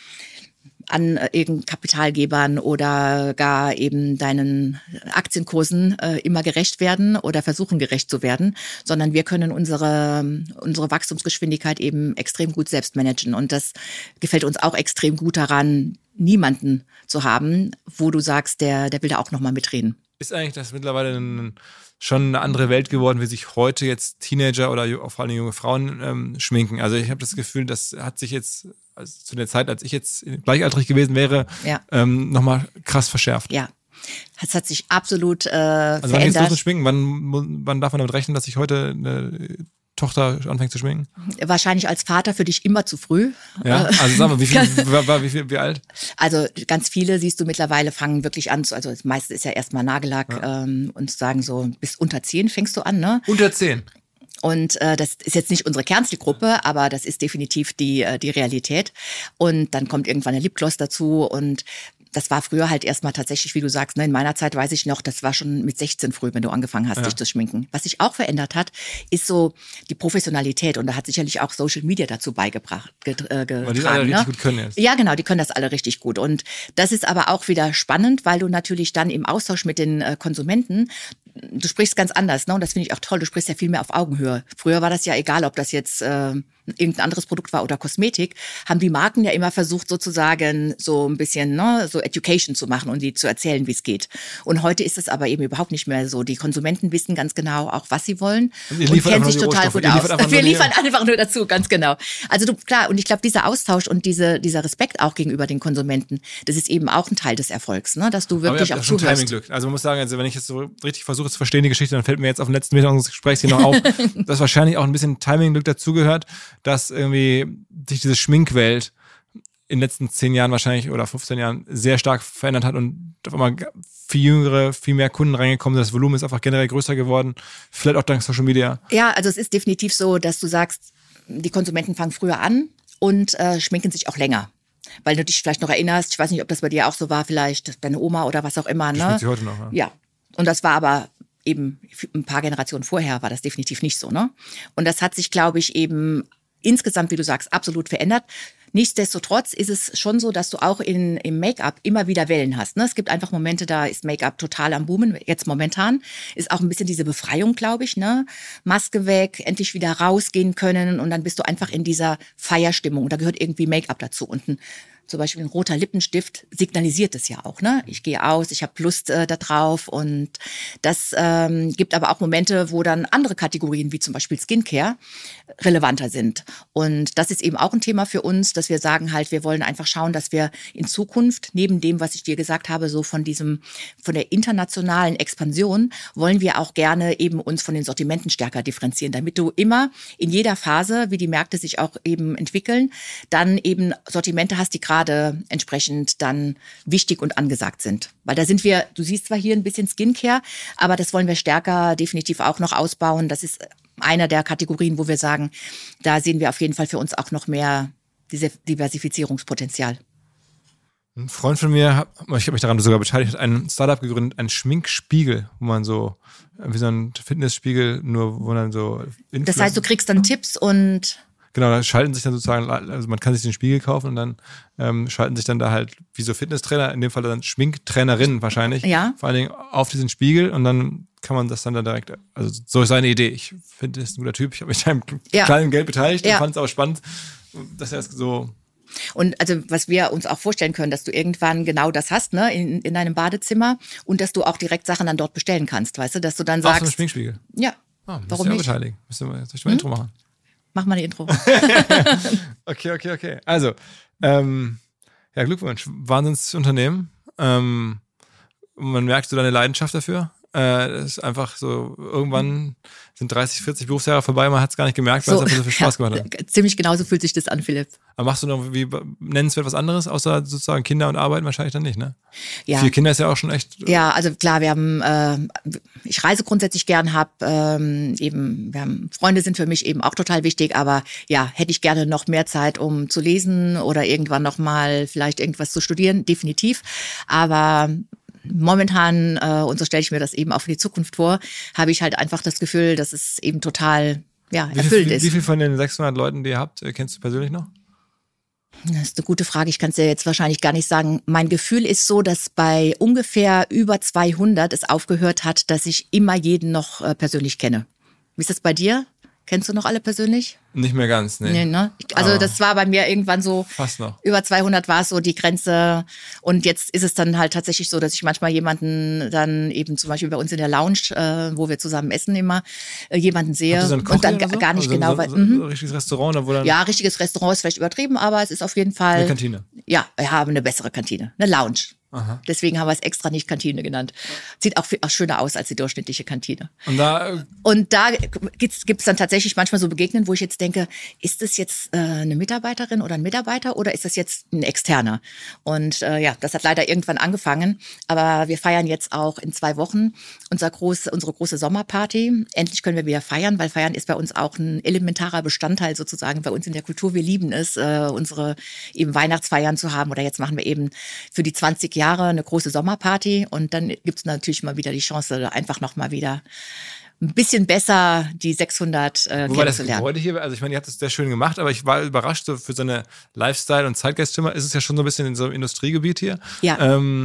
an irgendeinen Kapitalgebern oder gar eben deinen Aktienkursen immer gerecht werden oder versuchen gerecht zu werden, sondern wir können unsere Wachstumsgeschwindigkeit eben extrem gut selbst managen und das gefällt uns auch extrem gut daran, niemanden zu haben, wo du sagst, der will da auch nochmal mitreden. Ist eigentlich das mittlerweile schon eine andere Welt geworden, wie sich heute jetzt Teenager oder auch vor allem junge Frauen schminken? Also ich habe das Gefühl, das hat sich jetzt zu der Zeit, als ich jetzt gleichaltrig gewesen wäre, nochmal krass verschärft. Ja, es hat sich absolut also verändert. Wann geht's los mit Schminken? Wann darf man damit rechnen, dass sich heute eine Tochter anfängt zu schminken? Wahrscheinlich als Vater für dich immer zu früh. Ja, also sag mal, wie alt? Also ganz viele, siehst du, mittlerweile fangen wirklich an, also das meiste ist ja erstmal Nagellack und sagen so, bis unter 10 fängst du an, ne? Unter 10? Und das ist jetzt nicht unsere Kernzielgruppe, aber das ist definitiv die Realität. Und dann kommt irgendwann ein Lipgloss dazu und das war früher halt erstmal tatsächlich, wie du sagst, ne, in meiner Zeit weiß ich noch, das war schon mit 16 früh, wenn du angefangen hast, dich zu schminken. Was sich auch verändert hat, ist so die Professionalität und da hat sicherlich auch Social Media dazu beigetragen. Weil die alle richtig gut können jetzt. Ja, genau, die können das alle richtig gut und das ist aber auch wieder spannend, weil du natürlich dann im Austausch mit den Konsumenten, du sprichst ganz anders, ne? Und das finde ich auch toll. Du sprichst ja viel mehr auf Augenhöhe. Früher war das ja egal, ob das jetzt irgendein anderes Produkt war oder Kosmetik, haben die Marken ja immer versucht, sozusagen so ein bisschen so Education zu machen und die zu erzählen, wie es geht. Und heute ist es aber eben überhaupt nicht mehr so. Die Konsumenten wissen ganz genau auch, was sie wollen und kennen sich total gut aus. Wir liefern einfach nur dazu, ganz genau. Also klar, und ich glaube, dieser Austausch und dieser Respekt auch gegenüber den Konsumenten, das ist eben auch ein Teil des Erfolgs, ne? Dass du wirklich auch zuhörst. Timing-Glück. Also man muss sagen, also wenn ich jetzt so richtig versuche zu verstehen, die Geschichte, dann fällt mir jetzt auf den letzten Meter unseres Gesprächs hier noch auf, dass wahrscheinlich auch ein bisschen Timing-Glück dazugehört, dass irgendwie sich diese Schminkwelt in den letzten 10 Jahren wahrscheinlich oder 15 Jahren sehr stark verändert hat und auf einmal viel jüngere, viel mehr Kunden reingekommen sind. Das Volumen ist einfach generell größer geworden. Vielleicht auch dank Social Media. Ja, also es ist definitiv so, dass du sagst, die Konsumenten fangen früher an und schminken sich auch länger. Weil du dich vielleicht noch erinnerst, ich weiß nicht, ob das bei dir auch so war, vielleicht deine Oma oder was auch immer. Die schminkt sie heute noch, ja. Ja, und das war aber eben ein paar Generationen vorher war das definitiv nicht so, ne? Und das hat sich, glaube ich, eben insgesamt, wie du sagst, absolut verändert. Nichtsdestotrotz ist es schon so, dass du auch im Make-up immer wieder Wellen hast. Ne? Es gibt einfach Momente, da ist Make-up total am Boomen. Jetzt momentan ist auch ein bisschen diese Befreiung, glaube ich. Ne? Maske weg, endlich wieder rausgehen können und dann bist du einfach in dieser Feierstimmung. Da gehört irgendwie Make-up dazu. Und zum Beispiel ein roter Lippenstift signalisiert es ja auch. Ne? Ich gehe aus, ich habe Lust da drauf. Und das gibt aber auch Momente, wo dann andere Kategorien, wie zum Beispiel Skincare, relevanter sind. Und das ist eben auch ein Thema für uns, dass wir sagen halt, wir wollen einfach schauen, dass wir in Zukunft, neben dem, was ich dir gesagt habe, so von der internationalen Expansion, wollen wir auch gerne eben uns von den Sortimenten stärker differenzieren, damit du immer in jeder Phase, wie die Märkte sich auch eben entwickeln, dann eben Sortimente hast, die gerade entsprechend dann wichtig und angesagt sind. Weil da sind wir, du siehst zwar hier ein bisschen Skincare, aber das wollen wir stärker definitiv auch noch ausbauen. Das ist einer der Kategorien, wo wir sagen, da sehen wir auf jeden Fall für uns auch noch mehr Diversifizierungspotenzial. Ein Freund von mir, ich habe mich daran sogar beteiligt, hat ein Startup gegründet, einen Schminkspiegel, wo man so, wie so ein Fitnessspiegel, nur wo dann so... Das heißt, du kriegst dann Tipps und... Genau, da schalten sich dann sozusagen, also man kann sich den Spiegel kaufen und dann schalten sich dann da halt wie so Fitnesstrainer, in dem Fall dann Schminktrainerinnen wahrscheinlich, vor allen Dingen auf diesen Spiegel und dann kann man das dann da direkt, also so ist seine Idee. Ich finde, das ist ein guter Typ, ich habe mich da im kleinen Geld beteiligt und fand es auch spannend, dass er es so... Und also was wir uns auch vorstellen können, dass du irgendwann genau das hast, ne, in deinem Badezimmer und dass du auch direkt Sachen dann dort bestellen kannst, weißt du, dass du dann sagst... Auf so einem Schminkspiegel? Ja, warum nicht? Beteiligen. Soll ich mal ein Intro machen? Mach mal ein Intro. Okay. Also, Glückwunsch. Wahnsinnsunternehmen. Man merkt so deine Leidenschaft dafür. Das ist einfach so, irgendwann sind 30, 40 Berufsjahre vorbei, man hat es gar nicht gemerkt, weil es einfach so viel Spaß gemacht hat. Ziemlich genauso fühlt sich das an, Philipp. Aber machst du noch wie nennenswert was anderes, außer sozusagen Kinder und Arbeiten wahrscheinlich dann nicht, ne? Ja. 4 Kinder ist ja auch schon echt... Ja, also klar, wir haben, ich reise grundsätzlich gern, Freunde sind für mich eben auch total wichtig, aber ja, hätte ich gerne noch mehr Zeit, um zu lesen oder irgendwann nochmal vielleicht irgendwas zu studieren, definitiv, aber... Momentan, und so stelle ich mir das eben auch für die Zukunft vor, habe ich halt einfach das Gefühl, dass es eben total erfüllt ist. Wie viel von den 600 Leuten, die ihr habt, kennst du persönlich noch? Das ist eine gute Frage. Ich kann es dir jetzt wahrscheinlich gar nicht sagen. Mein Gefühl ist so, dass bei ungefähr über 200 es aufgehört hat, dass ich immer jeden noch persönlich kenne. Wie ist das bei dir? Kennst du noch alle persönlich? Nicht mehr ganz, nee. Ne? Also das war bei mir irgendwann so, fast noch. Über 200 war es so die Grenze und jetzt ist es dann halt tatsächlich so, dass ich manchmal jemanden dann eben zum Beispiel bei uns in der Lounge, wo wir zusammen essen immer, jemanden sehe so und dann gar nicht genau weiß. Ein richtiges Restaurant, wo dann... Ja, richtiges Restaurant ist vielleicht übertrieben, aber es ist auf jeden Fall... Eine Kantine. Ja, wir haben eine bessere Kantine, eine Lounge. Aha. Deswegen haben wir es extra nicht Kantine genannt. Sieht auch schöner aus als die durchschnittliche Kantine. Und da gibt's dann tatsächlich manchmal so Begegnungen, wo ich jetzt denke, ist das jetzt eine Mitarbeiterin oder ein Mitarbeiter oder ist das jetzt ein Externer? Und das hat leider irgendwann angefangen. Aber wir feiern jetzt auch in 2 Wochen unsere große Sommerparty. Endlich können wir wieder feiern, weil Feiern ist bei uns auch ein elementarer Bestandteil sozusagen bei uns in der Kultur. Wir lieben es, unsere eben Weihnachtsfeiern zu haben. Oder jetzt machen wir eben für die 20 Jahre eine große Sommerparty und dann gibt es natürlich mal wieder die Chance, einfach noch mal wieder ein bisschen besser die 600 kennenzulernen. Wobei das Gebäude hier, also ich meine, ihr habt es sehr schön gemacht, aber ich war überrascht, so für so eine Lifestyle- und Zeitgeistzimmer ist es ja schon so ein bisschen in so einem Industriegebiet hier. Ja.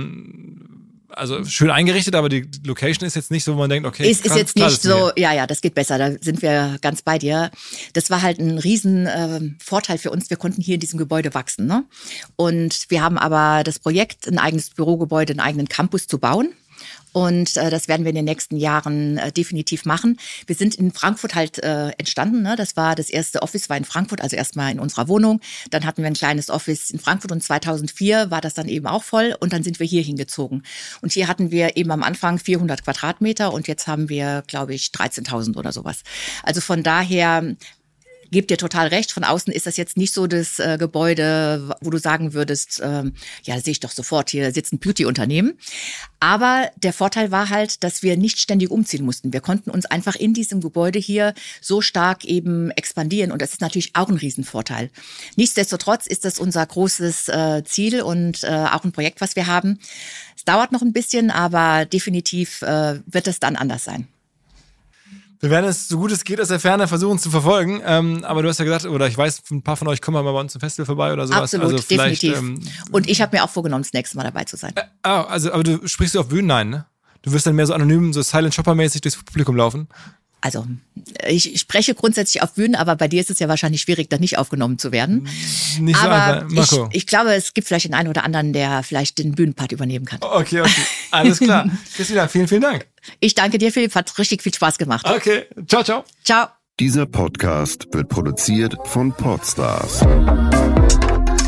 Also schön eingerichtet, aber die Location ist jetzt nicht so, wo man denkt, okay, ist jetzt nicht so, ja, das geht besser, da sind wir ganz bei dir. Das war halt ein riesen Vorteil für uns, wir konnten hier in diesem Gebäude wachsen, ne? Und wir haben aber das Projekt, ein eigenes Bürogebäude, einen eigenen Campus zu bauen. Und das werden wir in den nächsten Jahren definitiv machen. Wir sind in Frankfurt halt entstanden. Ne? Das erste Office war in Frankfurt, also erstmal in unserer Wohnung. Dann hatten wir ein kleines Office in Frankfurt und 2004 war das dann eben auch voll. Und dann sind wir hier hingezogen. Und hier hatten wir eben am Anfang 400 Quadratmeter und jetzt haben wir, glaube ich, 13.000 oder sowas. Also von daher... Gebt dir total recht, von außen ist das jetzt nicht so das Gebäude, wo du sagen würdest, das sehe ich doch sofort, hier sitzt ein Beauty-Unternehmen. Aber der Vorteil war halt, dass wir nicht ständig umziehen mussten. Wir konnten uns einfach in diesem Gebäude hier so stark eben expandieren und das ist natürlich auch ein Riesenvorteil. Nichtsdestotrotz ist das unser großes Ziel und auch ein Projekt, was wir haben. Es dauert noch ein bisschen, aber definitiv wird es dann anders sein. Wir werden es, so gut es geht, aus der Ferne versuchen zu verfolgen. Aber du hast ja gesagt, oder ich weiß, ein paar von euch kommen mal bei uns zum Festival vorbei oder sowas. Absolut, also definitiv. Und ich habe mir auch vorgenommen, das nächste Mal dabei zu sein. Aber du sprichst auf Bühnen? Nein, ne? Du wirst dann mehr so anonym, so Silent Shopper-mäßig durchs Publikum laufen? Also, ich spreche grundsätzlich auf Bühnen, aber bei dir ist es ja wahrscheinlich schwierig, da nicht aufgenommen zu werden. Nicht so aber einfach. Marco. Ich glaube, es gibt vielleicht den einen oder anderen, der vielleicht den Bühnenpart übernehmen kann. Okay. Alles klar. Christina, vielen Dank. Ich danke dir, Philipp. Hat richtig viel Spaß gemacht. Okay. Ciao. Ciao. Dieser Podcast wird produziert von Podstars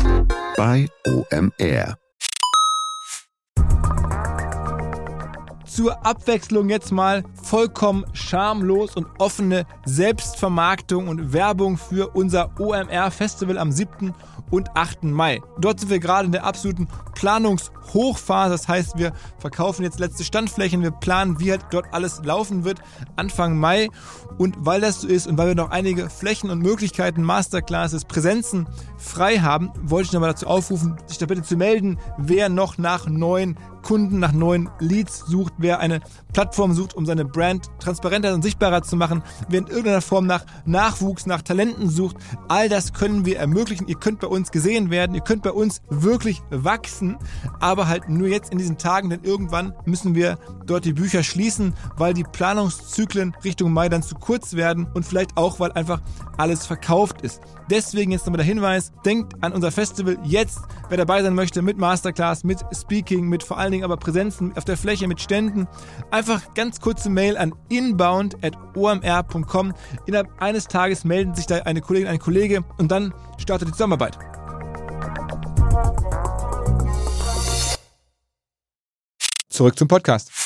bei OMR. zur Abwechslung jetzt mal vollkommen schamlos und offene Selbstvermarktung und Werbung für unser OMR-Festival am 7. und 8. Mai. Dort sind wir gerade in der absoluten Planungshochphase. Das heißt, wir verkaufen jetzt letzte Standflächen, wir planen, wie halt dort alles laufen wird Anfang Mai. Und weil das so ist und weil wir noch einige Flächen und Möglichkeiten, Masterclasses, Präsenzen frei haben, wollte ich nochmal dazu aufrufen, sich da bitte zu melden, wer noch nach neuen Kunden, nach neuen Leads sucht, wer eine Plattform sucht, um seine Brand transparenter und sichtbarer zu machen, wer in irgendeiner Form nach Nachwuchs, nach Talenten sucht. All das können wir ermöglichen. Ihr könnt bei uns gesehen werden, ihr könnt bei uns wirklich wachsen, aber halt nur jetzt in diesen Tagen, denn irgendwann müssen wir dort die Bücher schließen, weil die Planungszyklen Richtung Mai dann zu kurz werden und vielleicht auch, weil einfach alles verkauft ist. Deswegen jetzt nochmal der Hinweis, denkt an unser Festival jetzt, wer dabei sein möchte, mit Masterclass, mit Speaking, mit vor allen Dingen aber Präsenzen auf der Fläche, mit Ständen. Einfach ganz kurze Mail an inbound@omr.com. Innerhalb eines Tages melden sich da eine Kollegin, ein Kollege und dann startet die Zusammenarbeit. Zurück zum Podcast.